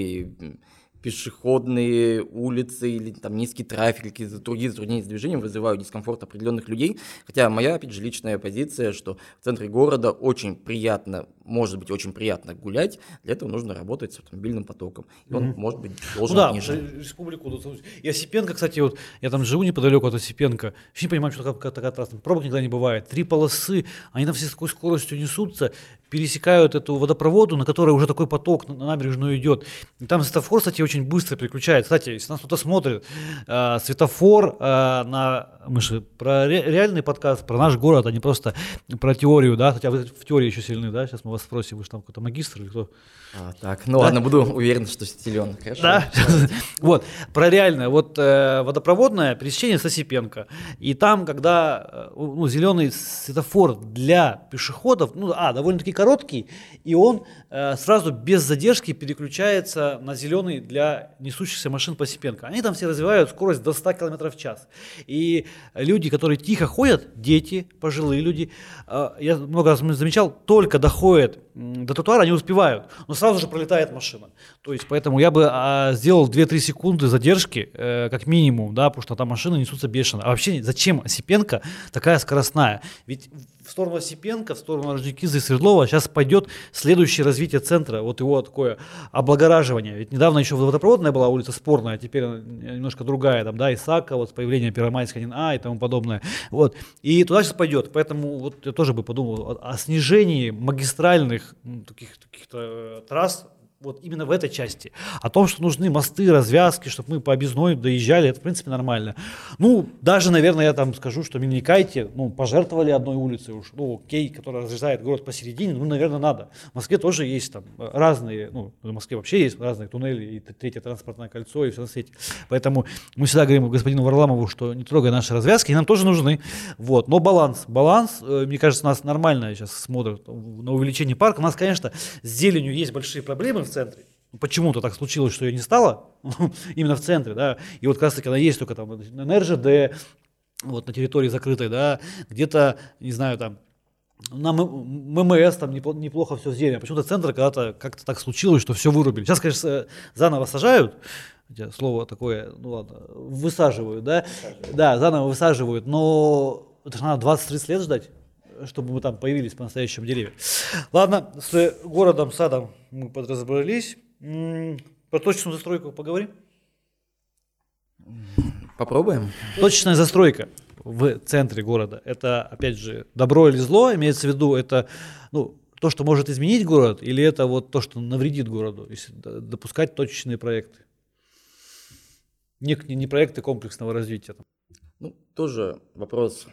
пешеходные улицы или там низкий трафик, какие-то другие затруднения с движением вызывают дискомфорт определенных людей. Хотя моя, опять же, личная позиция, что в центре города очень приятно, может быть, очень приятно гулять, для этого нужно работать с автомобильным потоком. И он, mm-hmm. может быть, должен ну, да, ниже. Республику. И Осипенко, кстати, вот я там живу неподалеку от Осипенко, вообще не понимаю, что такая, такая трасса, пробок никогда не бывает. Три полосы, они там все с такой скоростью несутся, пересекают эту водопроводу, на которой уже такой поток на набережную идет. И там светофор, кстати, очень быстро переключает. Кстати, если нас кто-то смотрит, э, светофор э, на... Мы же про ре, реальный подкаст, про наш город, а не просто про теорию, да? Хотя вы в теории еще сильны, да? Сейчас мы вас спросим, вы же там какой-то магистр или кто? А, так, ну да? Ладно, буду уверен, что силен. Хорошо. Да? Вот, про реальное. Вот э, водопроводное пересечение с Осипенко. И там, когда э, ну, зеленый светофор для пешеходов, ну, а, довольно-таки короткий, и он э, сразу без задержки переключается на зеленый для несущихся машин по Осипенко. Они там все развивают скорость до ста километров в час. И люди, которые тихо ходят, дети, пожилые люди, э, я много раз замечал, только доходят до тротуара, они успевают, но сразу же пролетает машина. То есть, поэтому я бы а, сделал две-три секунды задержки, э, как минимум, да, потому что там машины несутся бешено. А вообще, зачем Осипенко такая скоростная? Ведь в сторону Осипенко, в сторону Орджоникидзе и Свердлова сейчас пойдет следующее развитие центра, вот его такое облагораживание. Ведь недавно еще водопроводная была улица спорная, а теперь она немножко другая, там, да, Исака, вот с появлением Первомайска один А и тому подобное. Вот. И туда сейчас пойдет. Поэтому вот я тоже бы подумал о, о снижении магистральных ну, таких, таких-то трасс Вот именно в этой части. О том, что нужны мосты, развязки, чтобы мы по объездной доезжали, это, в принципе, нормально. Ну, даже, наверное, я там скажу, что Мельникайте, ну, пожертвовали одной улицей уж, ну, окей, которая разрезает город посередине, ну, наверное, надо. В Москве тоже есть там разные, ну, в Москве вообще есть разные туннели, и третье транспортное кольцо, и все на свете. Поэтому мы всегда говорим господину Варламову, что не трогай наши развязки, и нам тоже нужны. Вот. Но баланс, баланс, мне кажется, у нас нормально сейчас смотрят на увеличение парка. У нас, конечно, с зеленью есть большие проблемы в центре. Почему-то так случилось, что ее не стало именно в центре, да, и вот как раз таки она есть только там на эр жэ дэ, вот на территории закрытой, да, где-то, не знаю, там, на эм эм эс там неплохо все зелено. Почему-то центр когда-то как-то так случилось, что все вырубили. Сейчас, конечно, заново сажают, хотя слово такое, ну ладно, высаживают, да, высаживают. Да, заново высаживают, но это же надо двадцать-тридцать лет ждать, чтобы мы там появились по-настоящему деревья. Ладно, с городом, садом мы подразобрались. Про точную застройку поговорим? Попробуем. Точечная застройка в центре города. Это, опять же, добро или зло, имеется в виду, это ну, то, что может изменить город, или это вот то, что навредит городу, если допускать точечные проекты? Не, не проекты комплексного развития. Ну, тоже вопрос.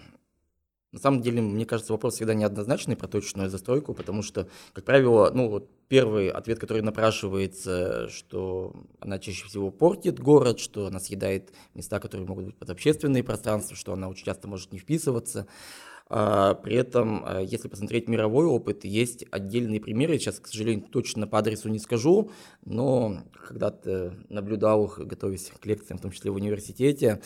На самом деле, мне кажется, вопрос всегда неоднозначный про точечную застройку, потому что, как правило, ну вот первый ответ, который напрашивается, что она чаще всего портит город, что она съедает места, которые могут быть под общественные пространства, что она очень часто может не вписываться. А, при этом, если посмотреть мировой опыт, есть отдельные примеры, сейчас, к сожалению, точно по адресу не скажу, но когда-то наблюдал их, готовясь к лекциям, в том числе в университете,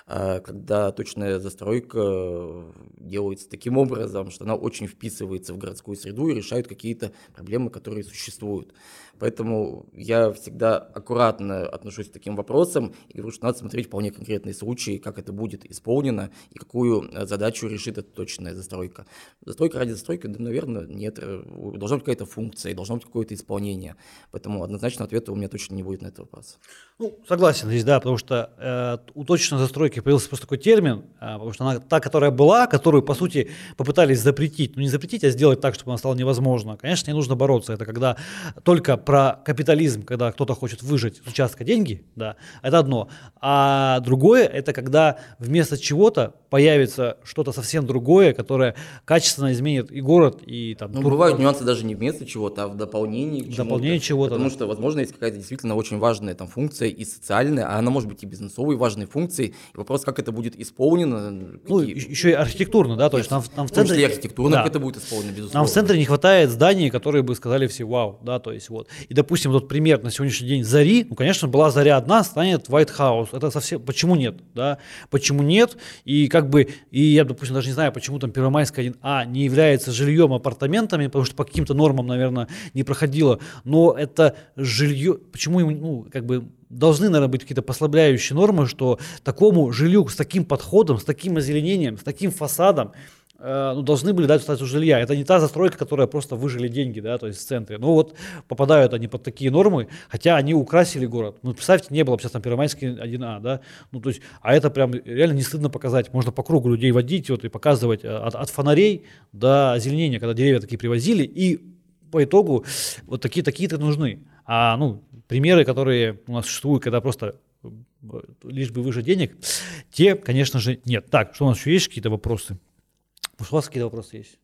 когда точная застройка делается таким образом, что она очень вписывается в городскую среду и решает какие-то проблемы, которые существуют. Поэтому я всегда аккуратно отношусь к таким вопросам и говорю, что надо смотреть вполне конкретные случаи, как это будет исполнено и какую задачу решит эта точная застройка. Застройка ради застройки, да, наверное, нет. Должна быть какая-то функция, должно быть какое-то исполнение. Поэтому однозначно ответа у меня точно не будет на этот вопрос. Ну, согласен здесь, да, потому что э, у точной застройки появился просто такой термин, э, потому что она та, которая была, которую, по сути, попытались запретить. Ну, не запретить, а сделать так, чтобы она стала невозможна. Конечно, не нужно бороться. Это когда только про капитализм, когда кто-то хочет выжать с участка деньги, да, это одно. А другое, это когда вместо чего-то появится что-то совсем другое, которое качественно изменит и город, и там... Ну, тур... бывают нюансы даже не вместо чего-то, а в дополнении к чему-то. Дополнение чего-то, Потому да. что, возможно, есть какая-то действительно очень важная там функция и социальная, а она может быть и бизнесовой важной функцией. И вопрос, как это будет исполнено. Ну, какие... еще и архитектурно, да, то есть нам, нам в центре... В том числе и архитектурно, да. как это будет исполнено, безусловно. Нам в центре не хватает зданий, которые бы сказали все вау, да, то есть вот. И, допустим, тот пример на сегодняшний день Зари, ну, конечно, была Заря одна, станет White House. Это совсем... Почему нет, да? Почему нет? И как бы, и я, допустим, даже не знаю, почему там Первомайская один А не является жильем, апартаментами, потому что по каким-то нормам, наверное, не проходило. Но это жилье... Почему ему, ну, как бы... Должны, наверное, быть какие-то послабляющие нормы, что такому жилью с таким подходом, с таким озеленением, с таким фасадом э, ну, должны были дать статус жилья. Это не та застройка, которая просто выжили деньги, да, то есть в центре. Ну вот попадают они под такие нормы, хотя они украсили город. Ну, представьте, не было бы сейчас там Первомайской один А, да, ну то есть, а это прям реально не стыдно показать. Можно по кругу людей водить вот, и показывать от, от фонарей до озеленения, когда деревья такие привозили, и по итогу вот такие такие-то нужны. А, ну, примеры, которые у нас существуют, когда просто лишь бы выше денег, те, конечно же, нет. Так, что у нас еще есть какие-то вопросы? Может, у вас какие-то вопросы есть?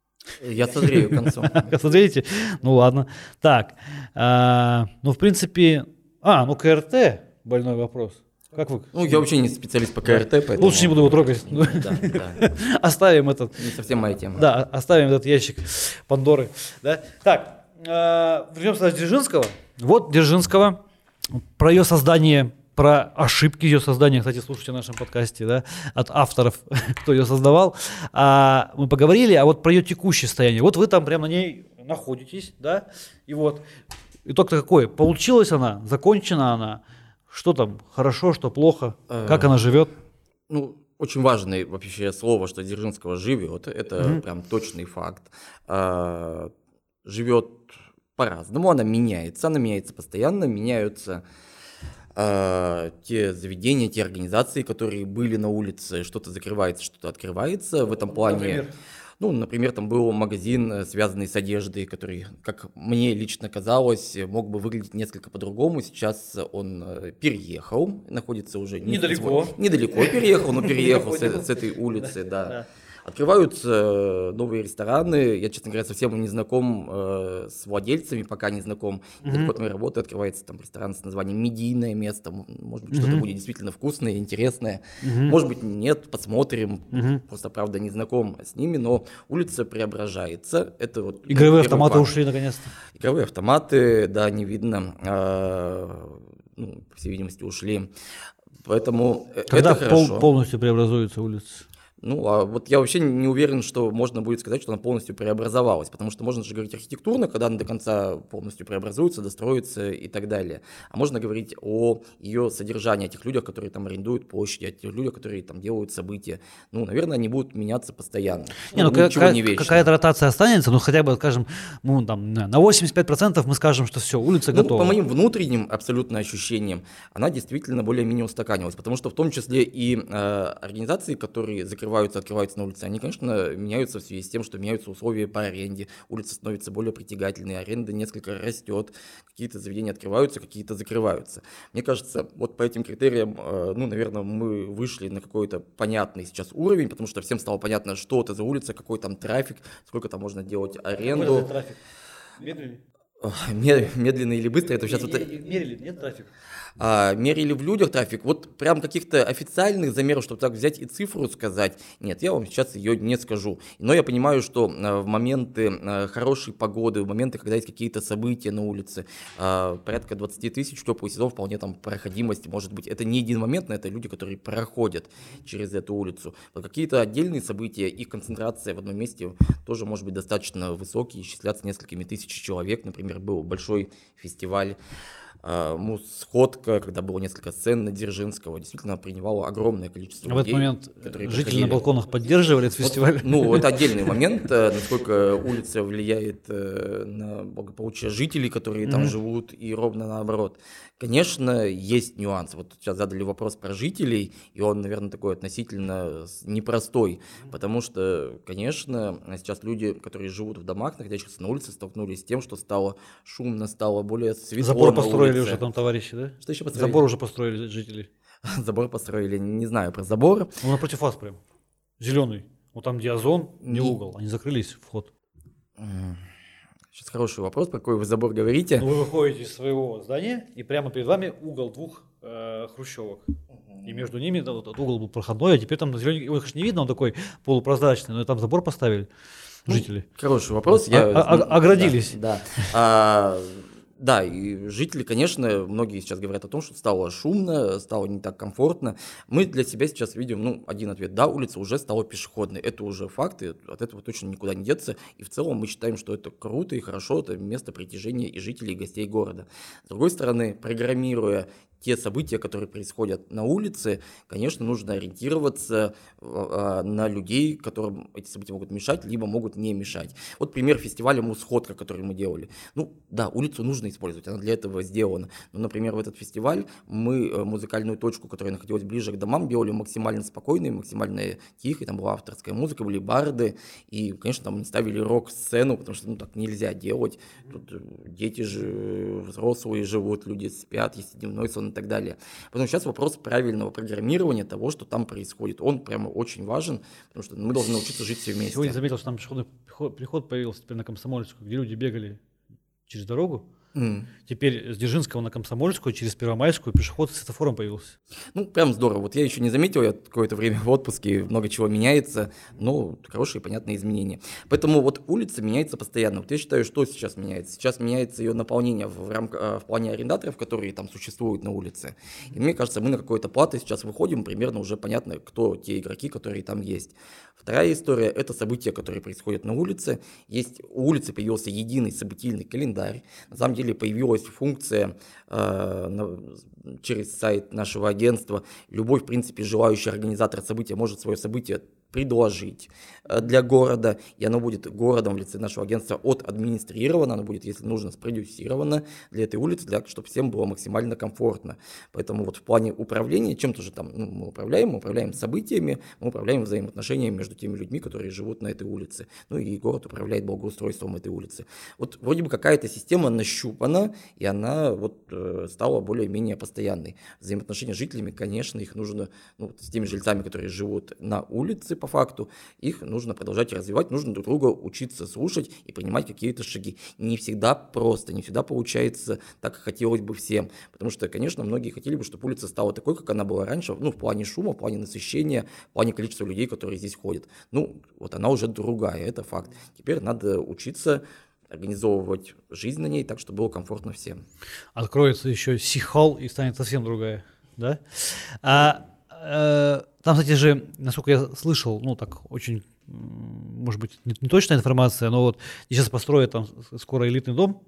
Я созрею к концу. Смотрите, ну ладно. Так, ну, в принципе, а, ну, ка эр тэ, больной вопрос. Как вы? Ну, я вообще не специалист по ка эр тэ, поэтому... Лучше не буду его трогать. Да, да. Оставим этот... Не совсем моя тема. Да, оставим этот ящик Пандоры. Да? Так, вернемся до Дзержинского. Вот Дзержинского, про ее создание, про ошибки ее создания, кстати, слушайте в нашем подкасте, да, от авторов, кто ее создавал, а, мы поговорили, а вот про ее текущее состояние. Вот вы там прямо на ней находитесь, да, и вот итог-то какой? Получилась она, закончена она, что там, хорошо, что плохо, как она живет? Ну, очень важное вообще слово, что Дзержинского живет, это mm-hmm. прям точный факт. А, живет по-разному, она меняется, она меняется постоянно, меняются э, те заведения, те организации, которые были на улице, что-то закрывается, что-то открывается. В этом плане, Например? Ну, например, там был магазин, связанный с одеждой, который, как мне лично казалось, мог бы выглядеть несколько по-другому. Сейчас он переехал, находится уже... Недалеко. Не, недалеко переехал, но переехал с, с этой улицы, да. да. Открываются новые рестораны. Я, честно говоря, совсем не знаком э, с владельцами, пока не знаком. Недалеко от моей работы открывается там ресторан с названием «Медийное место». Может быть, mm-hmm. что-то будет действительно вкусное, интересное. Mm-hmm. Может быть, нет, посмотрим. Mm-hmm. Просто, правда, не знаком с ними, но улица преображается. Это вот, игровые ну, автоматы план. Ушли наконец-то. Игровые автоматы, да, не видно. А, ну, по всей видимости, ушли. Поэтому Когда это пол, хорошо. полностью преобразуется улица? Ну, а вот я вообще не уверен, что можно будет сказать, что она полностью преобразовалась, потому что можно же говорить архитектурно, когда она до конца полностью преобразуется, достроится и так далее. А можно говорить о ее содержании, о тех людях, которые там арендуют площади, о тех людях, которые там делают события. Ну, наверное, они будут меняться постоянно. Не, ну, ну, какая, не какая-то ротация останется, ну, хотя бы, скажем, ну, там, на восемьдесят пять процентов мы скажем, что все, улица ну, готова. По моим внутренним абсолютно ощущениям, она действительно более-менее устаканилась, потому что в том числе и э, организации, которые закрываются открываются на улице, они, конечно, меняются в связи с тем, что меняются условия по аренде, улица становится более притягательной, аренда несколько растет, какие-то заведения открываются, какие-то закрываются. Мне кажется, вот по этим критериям, ну, наверное, мы вышли на какой-то понятный сейчас уровень, потому что всем стало понятно, что это за улица, какой там трафик, сколько там можно делать аренду. Какой трафик? Медленный? Медленно или быстро, это сейчас... Мерили, нет трафика? А, мерили в людях трафик, вот прям каких-то официальных замеров, чтобы так взять и цифру сказать, нет, я вам сейчас ее не скажу. Но я понимаю, что в моменты хорошей погоды, в моменты, когда есть какие-то события на улице, порядка двадцать тысяч в теплый сезон, вполне там проходимость, может быть, это не единомоментно, это люди, которые проходят через эту улицу. Но какие-то отдельные события, их концентрация в одном месте тоже может быть достаточно высокие, исчисляться несколькими тысячами человек, например, был большой фестиваль Мусходка, когда было несколько сцен на Дзержинского, действительно принимало огромное количество людей. В этот момент жители проходили. На балконах поддерживали этот фестиваль? Вот, ну, это отдельный момент, насколько улица влияет на благополучие жителей, которые там mm-hmm. живут, и ровно наоборот. Конечно, есть нюансы. Вот сейчас задали вопрос про жителей, и он, наверное, такой относительно непростой, потому что, конечно, сейчас люди, которые живут в домах, находящихся на улице, столкнулись с тем, что стало шумно, стало более светло. Забор построили уже там товарищи, да? Что еще построили? Забор уже построили жители. Забор построили, не знаю про забор. Ну, напротив вас прям, зеленый. Вот там, где озон, не, не... угол, они закрылись, вход. Сейчас хороший вопрос, про какой вы забор говорите. Ну, вы выходите из своего здания, и прямо перед вами угол двух э, хрущевок. Uh-huh. И между ними да, вот, этот угол был проходной, а теперь там зеленый, его, конечно, не видно, он такой полупрозрачный, но там забор поставили жители. Ну, хороший вопрос. А, я... а, оградились. Да, да. А, да, и жители, конечно, многие сейчас говорят о том, что стало шумно, стало не так комфортно. Мы для себя сейчас видим, ну, один ответ. Да, улица уже стала пешеходной. Это уже факты, от этого точно никуда не деться. И в целом мы считаем, что это круто и хорошо, это место притяжения и жителей, и гостей города. С другой стороны, программируя те события, которые происходят на улице, конечно, нужно ориентироваться э, на людей, которым эти события могут мешать, либо могут не мешать. Вот пример фестиваля «Мусходка», который мы делали. Ну, да, улицу нужно использовать, она для этого сделана. Но, например, в этот фестиваль мы музыкальную точку, которая находилась ближе к домам, делали максимально спокойной, максимально тихой. Там была авторская музыка, были барды, и, конечно, там ставили рок-сцену, потому что, ну, так нельзя делать. Тут дети же, взрослые живут, люди спят, есть дневной сон и так далее. Поэтому сейчас вопрос правильного программирования того, что там происходит. Он прямо очень важен, потому что мы должны научиться жить все вместе. Сегодня заметил, что там пешеходный переход появился теперь на Комсомольскую, где люди бегали через дорогу. Mm. Теперь с Дзержинского на Комсомольскую, через Первомайскую пешеход с светофором появился. Ну, прям здорово. Вот я еще не заметил, я какое-то время в отпуске, много чего меняется, но хорошие, понятные изменения. Поэтому вот улица меняется постоянно. Вот я считаю, что сейчас меняется. Сейчас меняется ее наполнение в, рамках, в плане арендаторов, которые там существуют на улице. И мне кажется, мы на какой-то платы сейчас выходим, примерно уже понятно, кто те игроки, которые там есть. Вторая история – это события, которые происходят на улице. Есть, у улицы появился единый событийный календарь. На самом деле появилась функция э, на, через сайт нашего агентства. Любой, в принципе, желающий организатор события может свое событие предложить для города, и оно будет городом в лице нашего агентства отадминистрировано, оно будет, если нужно, спродюсировано для этой улицы, для, чтобы всем было максимально комфортно. Поэтому вот в плане управления, чем-то же там ну, мы управляем, мы управляем событиями, мы управляем взаимоотношениями между теми людьми, которые живут на этой улице. Ну и город управляет благоустройством этой улицы. Вот вроде бы какая-то система нащупана, и она вот э, стала более-менее постоянной. Взаимоотношения с жителями, конечно, их нужно, ну, с теми жильцами, которые живут на улице по факту, их нужно продолжать развивать, нужно друг друга учиться слушать и принимать какие-то шаги. Не всегда просто, не всегда получается так, как хотелось бы всем, потому что, конечно, многие хотели бы, чтобы улица стала такой, как она была раньше, ну, в плане шума, в плане насыщения, в плане количества людей, которые здесь ходят. Ну, вот она уже другая, это факт. Теперь надо учиться организовывать жизнь на ней так, чтобы было комфортно всем. Откроется еще Си-холл и станет совсем другая, да? А, э, там, кстати же, насколько я слышал, ну так очень, может быть, не, не точная информация, но вот сейчас построят там скоро элитный дом,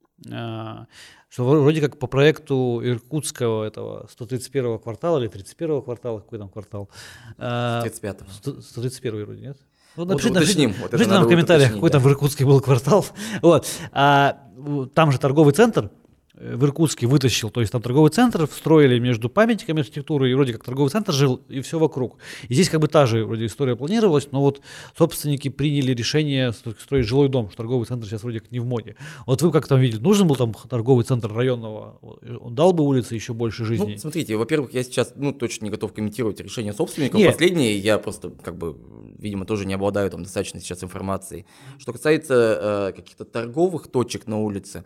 э, что вроде как по проекту иркутского этого сто тридцать первого квартала или тридцать первого квартала, какой там квартал? Э, тридцать пятого. сто тридцать первый вроде, нет? Ну, напишите, вот уточним. Напишите, вот напишите нам в комментариях, какой там в Иркутске был квартал. Вот. А, там же торговый центр в Иркутске вытащил, то есть там торговый центр встроили между памятниками архитектуры, и вроде как торговый центр жил, и все вокруг. И здесь как бы та же вроде история планировалась, но вот собственники приняли решение строить жилой дом, что торговый центр сейчас вроде как не в моде. Вот вы как там видели, нужен был там торговый центр районного, он дал бы улице еще больше жизни? Ну, смотрите, во-первых, я сейчас ну, точно не готов комментировать решение собственников. Нет. Последнее я просто как бы, видимо, тоже не обладаю там достаточно сейчас информацией. Что касается э, каких-то торговых точек на улице,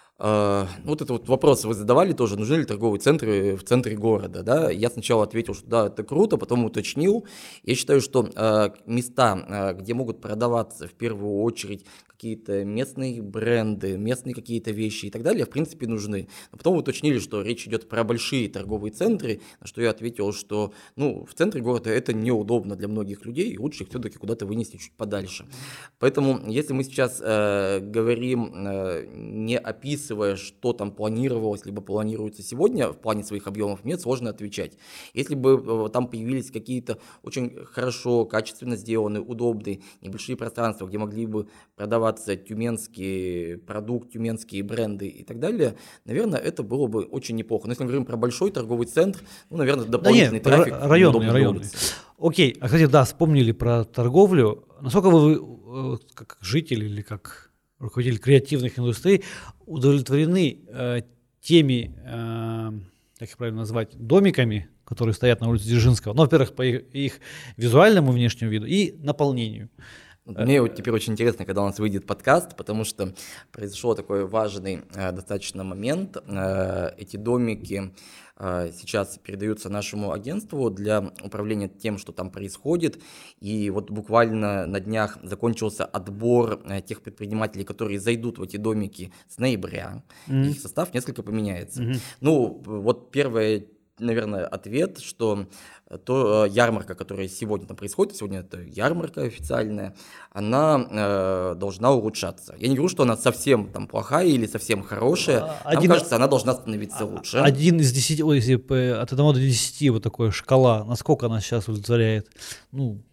Uh, вот это вот вопрос вы задавали тоже, нужны ли торговые центры в центре города, да? Я сначала ответил, что да, это круто, потом уточнил. Я считаю, что uh, места, uh, где могут продаваться в первую очередь какие-то местные бренды, местные какие-то вещи и так далее, в принципе, нужны. Но потом уточнили, что речь идет про большие торговые центры, на что я ответил, что ну, в центре города это неудобно для многих людей, и лучше их все-таки куда-то вынести чуть подальше. Поэтому, если мы сейчас uh, говорим, uh, не описывая, что там планировалось, либо планируется сегодня в плане своих объемов, мне сложно отвечать. Если бы там появились какие-то очень хорошо, качественно сделанные, удобные, небольшие пространства, где могли бы продаваться тюменский продукт, тюменские бренды и так далее, наверное, это было бы очень неплохо. Но если мы говорим про большой торговый центр, ну, наверное, дополнительный да нет, трафик. Районный, районный. Окей, а, кстати, да, вспомнили про торговлю. Насколько вы, как житель или как руководитель креативных индустрий, удовлетворены э, теми, э, как их правильно назвать, домиками, которые стоят на улице Дзержинского, ну, во-первых, по их, их визуальному внешнему виду и наполнению. Мне вот теперь очень интересно, когда у нас выйдет подкаст, потому что произошел такой важный э, достаточно момент. Э, эти домики э, сейчас передаются нашему агентству для управления тем, что там происходит. И вот буквально на днях закончился отбор э, тех предпринимателей, которые зайдут в эти домики с ноября. Mm-hmm. Их состав несколько поменяется. Mm-hmm. Ну, вот первое, наверное, ответ, что то ярмарка, которая сегодня там происходит, сегодня это ярмарка официальная, она э, должна улучшаться. Я не говорю, что она совсем там плохая или совсем хорошая, один, нам кажется, она должна становиться лучше. Один из десяти, если от одного до десяти вот такая шкала, насколько она сейчас удовлетворяет? Ну,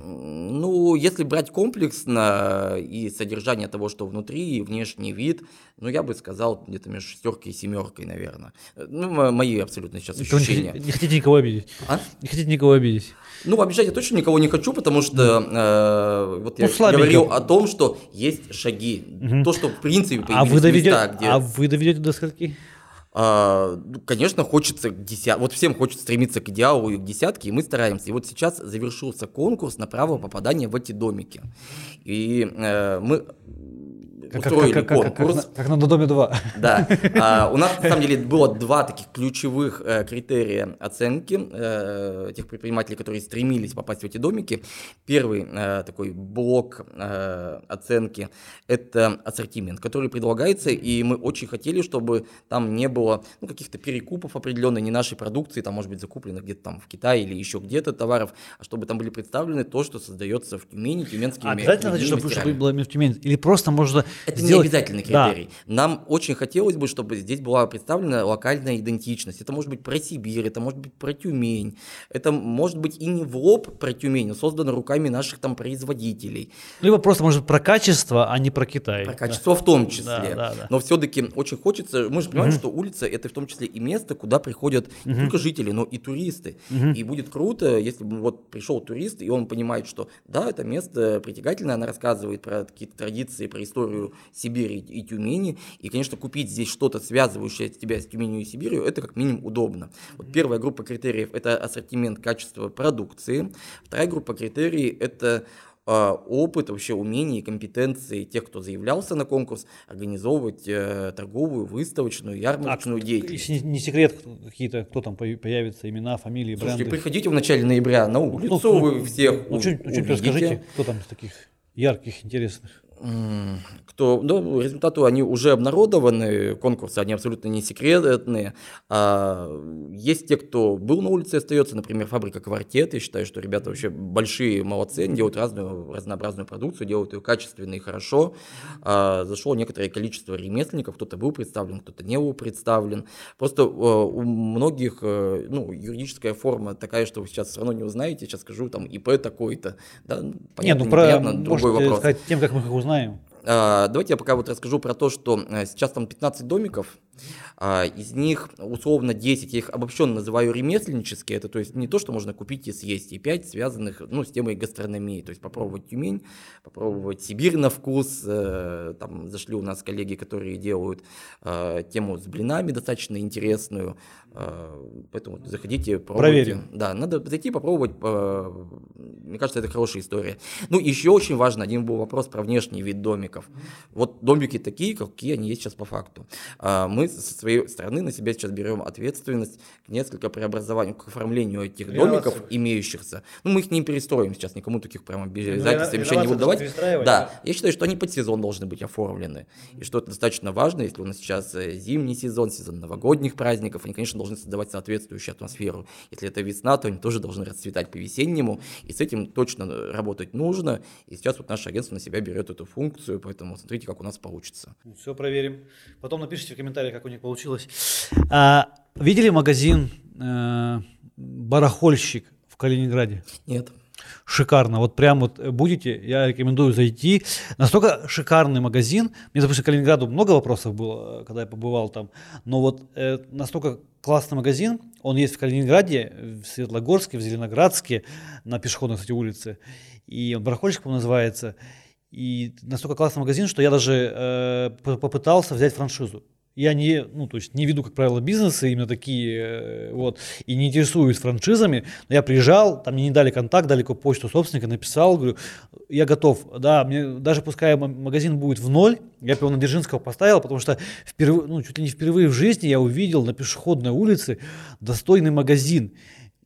Ну, если брать комплексно и содержание того, что внутри, и внешний вид, ну, я бы сказал, где-то между шестеркой и семеркой, наверное. Ну, мои абсолютно сейчас ощущения. Не, не хотите никого обидеть? А? Не хотите никого обидеть? Ну, обижать я точно никого не хочу, потому что э, вот ну, я говорил о том, что есть шаги. Угу. То, что в принципе появились а вы доведете, места, где... А вы доведете до скольки? Uh, конечно, хочется к десятке, вот всем хочется стремиться к идеалу и к десятке, и мы стараемся. И вот сейчас завершился конкурс на право попадания в эти домики. И uh, мы как, устроили как, как, конкурс. Как, как, как на Доме два. Да. Uh, у нас, на самом деле, было два таких ключевых uh, критерия оценки uh, тех предпринимателей, которые стремились попасть в эти домики. Первый uh, такой блок uh, оценки – это ассортимент, который предлагается, и мы очень хотели, чтобы там не было ну, каких-то перекупов определенной, не нашей продукции, там, может быть, закуплено где-то там в Китае или еще где-то товаров, а чтобы там были представлены то, что создается в Тюмени, тюменскими мастерами. Обязательно, значит, чтобы, чтобы было в Тюмени? Или просто можно Это сделать... не обязательный критерий. Да. Нам очень хотелось бы, чтобы здесь была представлена локальная идентичность. Это может быть про Сибирь, это может быть про Тюмень, это может быть и не в лоб про Тюмень, но создано руками наших там производителей. Либо просто, может, про качество, а не про Китай. Про качество да. в том числе. Да, да, да. Но все-таки очень хочется, мы же понимаем, угу. что улица это в том числе и место, куда приходят угу. не только жители, но и туристы. Угу. И будет круто, если бы вот пришел турист, и он понимает, что да, это место притягательное, она рассказывает про какие-то традиции, про историю Сибири и Тюмени, и, конечно, купить здесь что-то, связывающее тебя с Тюменью и Сибирью, это как минимум удобно. Вот первая группа критериев – это ассортимент, качество продукции. Вторая группа критериев – это опыт, вообще умения и компетенции тех, кто заявлялся на конкурс, организовывать э, торговую, выставочную, ярмарочную а, деятельность. Если не секрет, какие-то, кто там появится, имена, фамилии, бренды? Слушайте, приходите в начале ноября на улицу, ну, вы ну, всех ну, увидите. Ну, чуть расскажите, кто там из таких ярких, интересных? Кто, ну, результаты они уже обнародованы, конкурсы, они абсолютно не секретные. А есть те, кто был на улице и остается, например, фабрика «Квартет». Я считаю, что ребята вообще большие молодцы, они делают разную, разнообразную продукцию, делают ее качественно и хорошо. А зашло некоторое количество ремесленников, кто-то был представлен, кто-то не был представлен. Просто у многих ну, юридическая форма такая, что вы сейчас все равно не узнаете, сейчас скажу, там, ИП такой-то. Да? Понятно, Нет, ну, непонятно, про, другой вопрос. Сказать тем, как мы их узнаем. Давайте я пока вот расскажу про то, что сейчас там пятнадцать домиков, из них условно десять, я их обобщенно называю ремесленнические, это то есть не то, что можно купить и съесть, и пять связанных ну, с темой гастрономии, то есть попробовать Тюмень, попробовать Сибирь на вкус, там зашли у нас коллеги, которые делают тему с блинами достаточно интересную, поэтому заходите, пробуйте. Проверим. Да, надо зайти попробовать, мне кажется, это хорошая история. Ну, еще очень важно, один был вопрос про внешний вид домиков. Вот домики такие, какие они есть сейчас по факту. Мы со своей стороны на себя сейчас берем ответственность к несколько преобразованию, к оформлению этих домиков имеющихся. Ну, мы их не перестроим сейчас, никому таких прям обязательств, обещаний не буду давать. Да, да, я считаю, что они под сезон должны быть оформлены. И что это достаточно важно, если у нас сейчас зимний сезон, сезон новогодних праздников, они, конечно, должны создавать соответствующую атмосферу. Если это весна, то они тоже должны расцветать по-весеннему, и с этим точно работать нужно. И сейчас вот наше агентство на себя берет эту функцию, поэтому смотрите, как у нас получится. Все проверим. Потом напишите в комментариях, как у них получилось. А, видели магазин э, «Барахольщик» в Калининграде? Нет. Шикарно. Вот прям вот будете, я рекомендую зайти. Настолько шикарный магазин. Мне, допустим, к Калининграду много вопросов было, когда я побывал там. Но вот э, настолько классный магазин. Он есть в Калининграде, в Светлогорске, в Зеленоградске, на пешеходной, кстати, улице. И он «Барахольщик» называется. И настолько классный магазин, что я даже э, попытался взять франшизу. Я не, ну, то есть не веду, как правило, бизнесы именно такие, э, вот, и не интересуюсь франшизами. Но я приезжал, там мне не дали контакт, дали почту собственника, написал, говорю, я готов, да, мне даже пускай магазин будет в ноль, я его на Дзержинского поставил, потому что впервые, ну, чуть ли не впервые в жизни я увидел на пешеходной улице достойный магазин.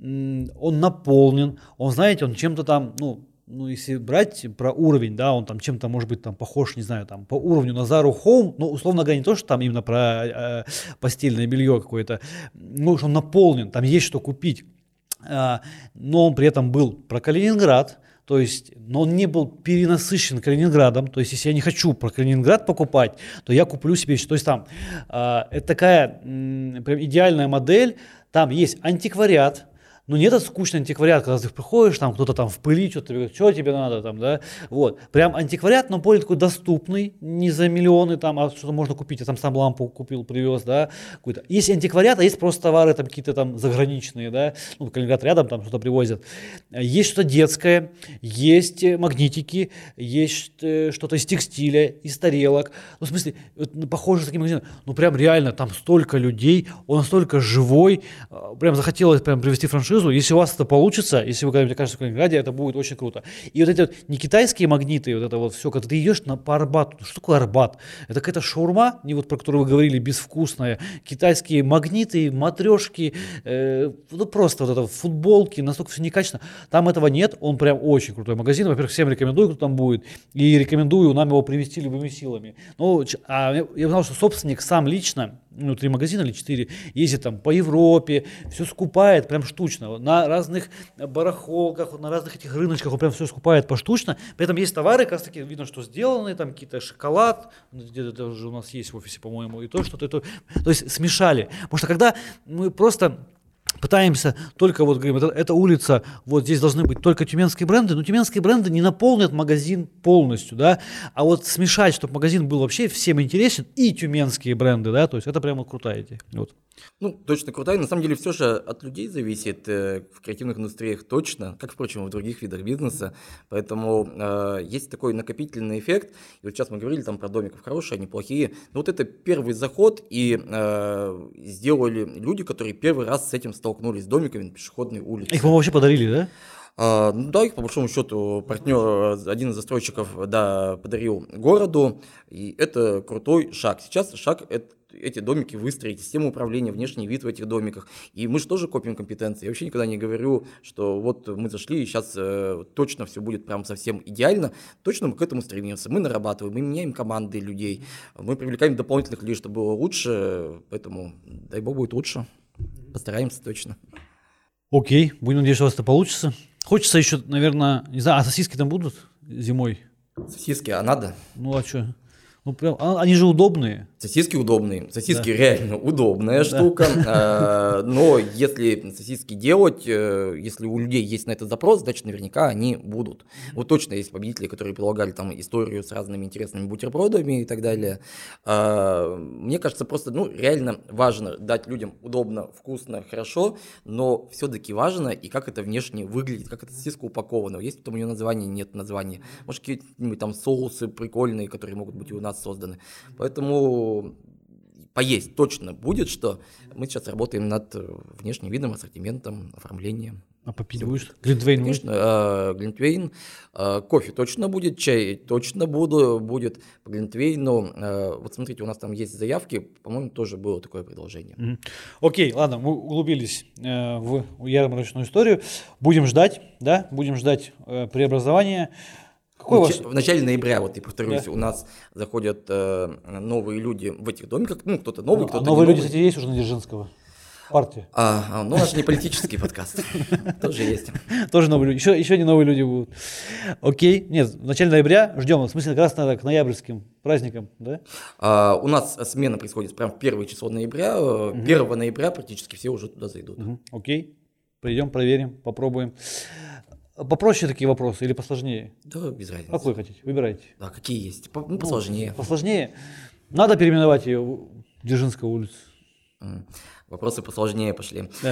Он наполнен, он, знаете, он чем-то там, ну, Ну, если брать про уровень, да, он там чем-то может быть там похож, не знаю, там по уровню на Zara Home, ну, условно говоря, не то, что там именно про э, постельное белье какое-то, ну, что он наполнен, там есть что купить, э, но он при этом был про Калининград, то есть, но он не был перенасыщен Калининградом, то есть, если я не хочу про Калининград покупать, то я куплю себе, то есть там, э, это такая э, прям идеальная модель, там есть антиквариат. Ну, не этот скучный антиквариат, когда ты приходишь, там кто-то там в пыли, что-то говорит, что тебе надо там, да, вот. Прям антиквариат, но более такой доступный, не за миллионы там, а что-то можно купить, я там сам лампу купил, привез, да, какую-то. Есть антиквариат, а есть просто товары там какие-то там заграничные, да, ну, Калининград рядом там что-то привозят. Есть что-то детское, есть магнитики, есть что-то из текстиля, из тарелок. Ну, в смысле, вот, похоже с таким магазином, ну, прям реально, там столько людей, он настолько живой, прям захотелось прям привести франшизу. Если у вас это получится, если вы когда-нибудь окажетесь в Калининграде, это будет очень круто. И вот эти вот не китайские магниты, вот это вот все, когда ты идешь на, по Арбату, что такое Арбат? Это какая-то шаурма, не вот про которую вы говорили, безвкусная, китайские магниты, матрешки, э, ну просто вот это футболки, настолько все некачественно. Там этого нет, он прям очень крутой магазин. Во-первых, всем рекомендую, кто там будет, и рекомендую нам его привезти любыми силами. Ну, а я узнал, что собственник сам лично ну, три магазина или четыре, ездит там по Европе, все скупает прям штучно, на разных барахолках, на разных этих рыночках он прям все скупает поштучно, при этом есть товары, как раз таки видно, что сделаны, там какие-то шоколад, где-то даже у нас есть в офисе, по-моему, и то, что-то, и то, то есть смешали, потому что когда мы просто пытаемся только вот говорим, это, это улица, вот здесь должны быть только тюменские бренды, но тюменские бренды не наполнят магазин полностью, да, а вот смешать, чтобы магазин был вообще всем интересен, и тюменские бренды, да, то есть это прямо крутая идея. Вот. Ну, точно крутая. На самом деле все же от людей зависит, э, в креативных индустриях точно, как, впрочем, и в других видах бизнеса, поэтому э, есть такой накопительный эффект, и вот сейчас мы говорили там про домиков, хорошие, они плохие, но вот это первый заход, и э, сделали люди, которые первый раз с этим столкнулись, с домиками на пешеходной улице. Их, по-моему, вообще подарили, да? А, ну да, их по большому счету партнер, один из застройщиков, да, подарил городу, и это крутой шаг. Сейчас шаг это эти домики выстроить, систему управления, внешний вид в этих домиках. И мы же тоже копим компетенции. Я вообще никогда не говорю, что вот мы зашли, и сейчас э, точно все будет прям совсем идеально. Точно мы к этому стремимся. Мы нарабатываем, мы меняем команды людей, мы привлекаем дополнительных людей, чтобы было лучше. Поэтому, дай бог, будет лучше. Постараемся точно. Окей, будем надеяться, что у вас это получится. Хочется еще, наверное, не знаю, а сосиски там будут зимой? Сосиски, а надо? Ну а что? Ну, прям, они же удобные. Сосиски удобные. Сосиски Да. реально удобная Да. штука. А, но если сосиски делать, если у людей есть на это запрос, значит, наверняка они будут. Вот точно есть победители, которые прилагали там историю с разными интересными бутербродами и так далее. А, мне кажется, просто ну, реально важно дать людям удобно, вкусно, хорошо, но все-таки важно и как это внешне выглядит, как эта сосиска упакована. Есть там у нее название, нет названия. Может, какие-нибудь там соусы прикольные, которые могут быть и у нас созданы. Поэтому поесть точно будет, что мы сейчас работаем над внешним видом, ассортиментом, оформлением. А попить будешь? Глинтвейн будет? Конечно, э, глинтвейн, э, кофе точно будет, чай точно буду, будет по глинтвейну. Э, вот смотрите, у нас там есть заявки, по-моему, тоже было такое предложение. Mm-hmm. Окей, ладно, мы углубились э, в ярмарочную историю. Будем ждать, да, будем ждать э, преобразования. В, ваш... в начале ноября, вот я повторюсь, да. у нас заходят э, новые люди в этих домиках, ну, кто-то новый, ну, кто-то а новые не люди, новый. кстати, есть уже на Дзержинского? Партия. А, а, ну, у нас не политический подкаст, тоже есть. Тоже новые люди, еще, еще не новые люди будут. Окей, нет, в начале ноября ждем, в смысле, как раз надо к ноябрьским праздникам, да? А, у нас смена происходит прямо в первое число ноября, угу. первого ноября практически все уже туда зайдут. Угу. Окей, придем, проверим, попробуем. Попроще такие вопросы или посложнее? Да, без разницы. Как вы хотите, выбирайте. Да, какие есть? По, ну, посложнее. Ну, посложнее. Надо переименовать ее в Дзержинскую улицу. Вопросы посложнее пошли. Да.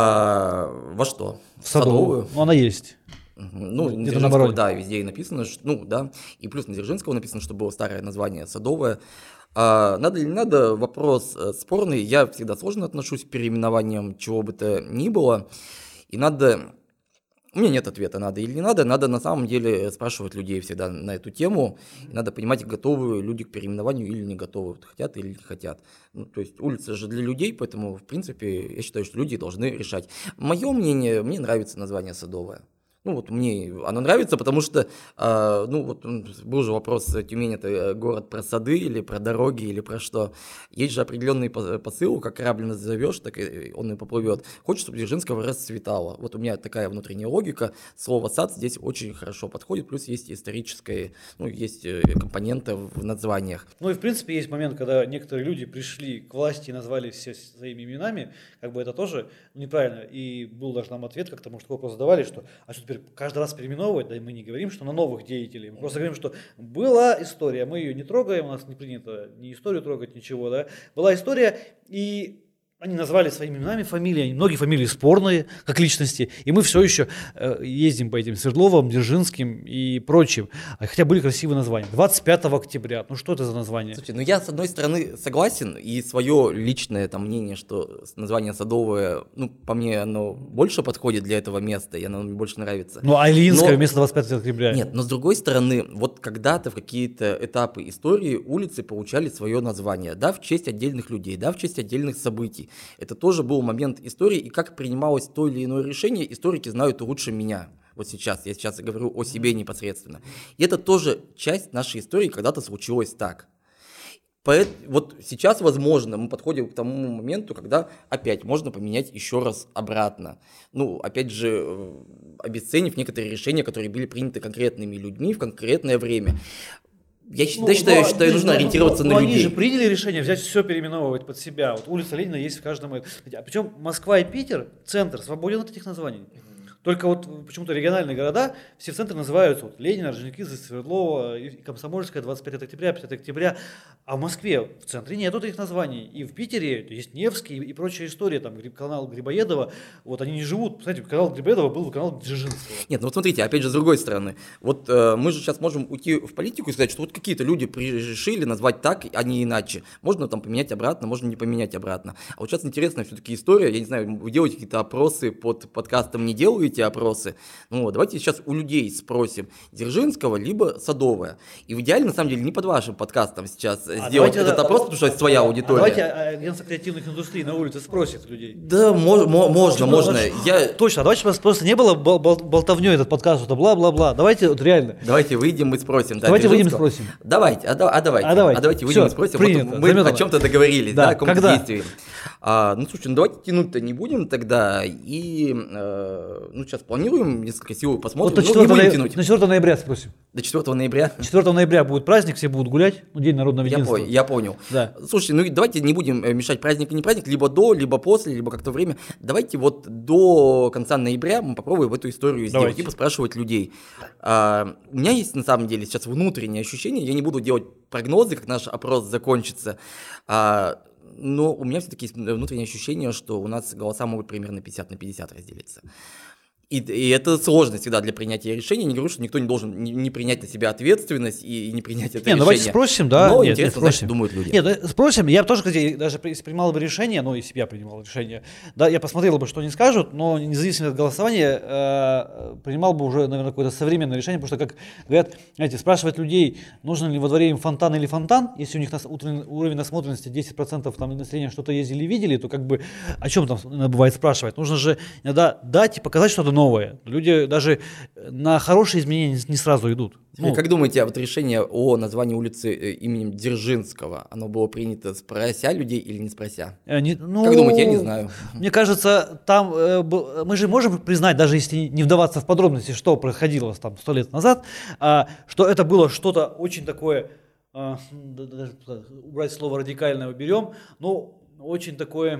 А, во что? В Садовую. Садовую? Ну, она есть. Ну, на Дзержинского, да, везде и написано, что, ну, да. И плюс на Дзержинского написано, что было старое название Садовое. А, надо или не надо, вопрос спорный. Я всегда сложно отношусь к переименованиям чего бы то ни было. И надо... У меня нет ответа, надо или не надо. Надо на самом деле спрашивать людей всегда на эту тему. И надо понимать, готовы люди к переименованию или не готовы, хотят или не хотят. Ну, то есть улица же для людей, поэтому, в принципе, я считаю, что люди должны решать. Мое мнение, мне нравится название Садовое. Ну, вот мне оно нравится, потому что, э, ну, вот был же вопрос, Тюмень – это город про сады или про дороги, или про что. Есть же определенный посыл, как корабль назовешь, так и он и поплывет. Хочется, чтобы Дзержинского расцветало. Вот у меня такая внутренняя логика. Слово «сад» здесь очень хорошо подходит, плюс есть историческая, ну, есть компоненты в названиях. Ну, и, в принципе, есть момент, когда некоторые люди пришли к власти и назвали все своими именами, как бы это тоже неправильно. И был даже нам ответ, как-то, может, вопрос задавали, что, а что теперь каждый раз переименовывать, да и мы не говорим, что на новых деятелей, мы просто говорим, что была история, мы ее не трогаем, у нас не принято ни историю трогать, ничего, да, была история, и они назвали своими именами фамилии, многие фамилии спорные, как личности, и мы все еще э, ездим по этим Свердловым, Дзержинским и прочим, хотя были красивые названия. двадцать пятого октября, ну что это за название? Слушайте, ну я с одной стороны согласен, и свое личное там мнение, что название Садовое, ну по мне оно больше подходит для этого места, и оно мне больше нравится. Ну а Ильинское но... вместо двадцать пятого октября? Нет, но с другой стороны, вот когда-то в какие-то этапы истории улицы получали свое название, да, в честь отдельных людей, да, в честь отдельных событий. Это тоже был момент истории, и как принималось то или иное решение, историки знают лучше меня. Вот сейчас, я сейчас говорю о себе непосредственно. И это тоже часть нашей истории, когда-то случилось так. Вот сейчас, возможно, мы подходим к тому моменту, когда опять можно поменять еще раз обратно. Ну, опять же, обесценив некоторые решения, которые были приняты конкретными людьми в конкретное время. Я ну, считаю, ну, что ну, нужно ну, ориентироваться ну, на ну, людей. Они же приняли решение взять все переименовывать под себя. Вот улица Ленина есть в каждом. А причем Москва и Питер, центр, свободен от этих названий. Только вот почему-то региональные города все в центре называются вот, Ленина, Орджоникидзе, Свердлова, Комсомольская, двадцать пятое октября, пятое октября. А в Москве в центре нет этих названий. И в Питере есть Невский и прочая история. Там канал Грибоедова, вот они не живут. Знаете, канал Грибоедова был канал Дзержинского. Нет, ну вот смотрите, опять же, с другой стороны. Вот э, мы же сейчас можем уйти в политику и сказать, что вот какие-то люди решили назвать так, а не иначе. Можно там поменять обратно, можно не поменять обратно. А вот сейчас интересная все-таки история. Я не знаю, вы делаете какие-то опросы под подкастом, не делаете опросы. Ну, давайте сейчас у людей спросим, Дзержинского либо Садовая. И в идеале, на самом деле, не под вашим подкастом сейчас а сделать этот да, опрос, потому что это своя аудитория. А давайте агентство креативных индустрий на улице спросит людей. Да, мо- мо- можно, Почему? можно. Значит, Я... Точно, давайте, чтобы просто не было бол- бол- болтовней этот подкаст, что бла-бла-бла. Давайте вот реально. Давайте выйдем и спросим. Да, давайте выйдем и спросим. Давайте, а, да, а давайте. А давайте, а давайте выйдем Все, и спросим. Принято, вот мы заметано. о чем-то договорились, да, да о каком-то когда? действии. А, ну, слушай, ну давайте тянуть-то не будем тогда. И, э, ну, сейчас планируем, несколько сил посмотрим. Вот ну, не будем на... тянуть. На четвёртого ноября спросим. До четвёртого ноября? четвёртого ноября будет праздник, все будут гулять, ну, День народного единства. Я, по- я понял. Да. Слушайте, ну давайте не будем мешать праздник и не праздник, либо до, либо после, либо как-то время. Давайте вот до конца ноября мы попробуем эту историю давайте. сделать и поспрашивать людей. А, у меня есть на самом деле сейчас внутреннее ощущение, я не буду делать прогнозы, как наш опрос закончится, а, но у меня все-таки есть внутреннее ощущение, что у нас голоса могут примерно пятьдесят на пятьдесят разделиться. И, и это сложно всегда для принятия решения. Не говорю, что никто не должен не, не принять на себя ответственность и, и не принять это не, решение. Давайте спросим, да. Но нет, интересно, нет, знать, спросим. что думают люди. Нет, да, спросим. Я бы тоже, кстати, даже если принимал бы решение, ну, если бы я принимал решение, да, я посмотрел бы, что они скажут, но независимо от голосования, э, принимал бы уже, наверное, какое-то современное решение, потому что, как говорят, знаете, спрашивать людей, нужен ли во дворе им фонтан или фонтан, если у них нас, уровень насмотренности десять процентов там, населения что-то ездили и видели, то как бы о чем там бывает спрашивать? Нужно же иногда дать и показать что-то новое. Люди даже на хорошие изменения не сразу идут. Ну, как думаете, а вот решение о названии улицы именем Дзержинского, оно было принято спрося людей или не спрося? Э, не, ну, как думаете, я не знаю. Мне кажется, там э, мы же можем признать, даже если не вдаваться в подробности, что происходило там сто лет назад, э, что это было что-то очень такое, э, даже убрать слово радикальное уберем, но очень такое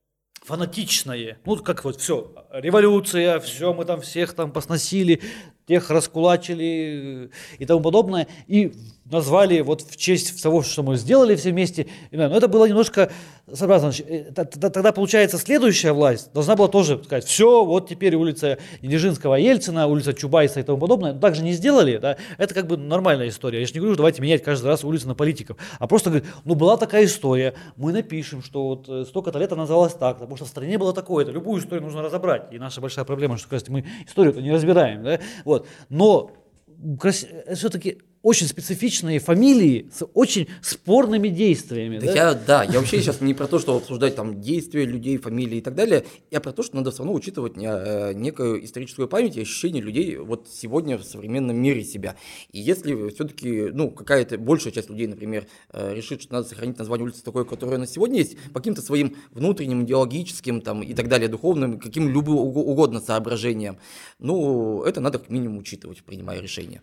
фанатичное, ну как вот все, революция, все, мы там всех там посносили, тех раскулачили и тому подобное, и назвали вот в честь того, что мы сделали все вместе. Но это было немножко сообразно. Тогда, получается, следующая власть должна была тоже сказать, все, вот теперь улица Дзержинского, Ельцина, улица Чубайса и тому подобное. Но так же не сделали, да? Это как бы нормальная история. Я же не говорю, давайте менять каждый раз улицы на политиков, а просто говорю, ну была такая история, мы напишем, что вот столько-то лет она называлась так, потому что в стране было такое-то. Любую историю нужно разобрать. И наша большая проблема, что, кажется, мы историю-то не разбираем, да? Вот. Но все-таки очень специфичные фамилии с очень спорными действиями. Да, да? Я, да, я вообще сейчас не про то, что обсуждать там действия людей, фамилии и так далее, я про то, что надо все равно учитывать э, некую историческую память и ощущение людей вот сегодня в современном мире себя. И если все-таки, ну, какая-то большая часть людей, например, э, решит, что надо сохранить название улицы такое, которое у нас сегодня есть, по каким-то своим внутренним, идеологическим там, и так далее, духовным, каким любым угодно соображениям, ну, это надо как минимум учитывать, принимая решение.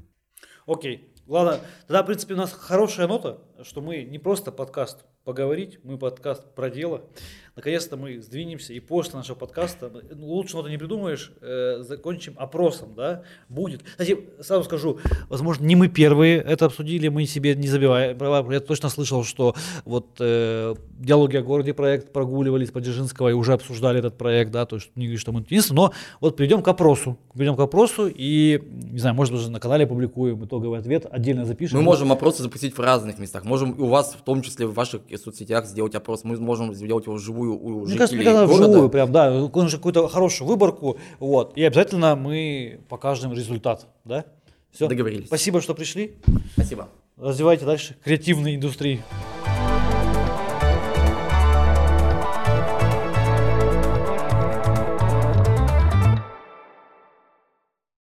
Окей, ладно, тогда, в принципе, у нас хорошая нота, что мы не просто подкаст поговорить, мы подкаст про дело. Наконец-то мы сдвинемся, и после нашего подкаста, ну, лучше ноты не придумаешь, э, закончим опросом, да, будет. Кстати, сразу скажу, возможно, не мы первые это обсудили, мы себе не забиваем права. Я точно слышал, что вот э, «Диалоги о городе» проект прогуливались по Дзержинского и уже обсуждали этот проект, да, то есть не говорю, что мы единственные, но вот перейдем к опросу, перейдем к опросу и, не знаю, может быть, на канале публикуем итоговый ответ, отдельно запишем. Мы можем опросы запустить в разных местах, можем у вас, в том числе в ваших соцсетях, сделать опрос, мы можем сделать его вживую у Мне жителей кажется, города. вживую, прям, да, какую-то хорошую выборку, вот, и обязательно мы покажем результат, да? Все. Договорились. Спасибо, что пришли. Спасибо. Развивайте дальше креативные индустрии.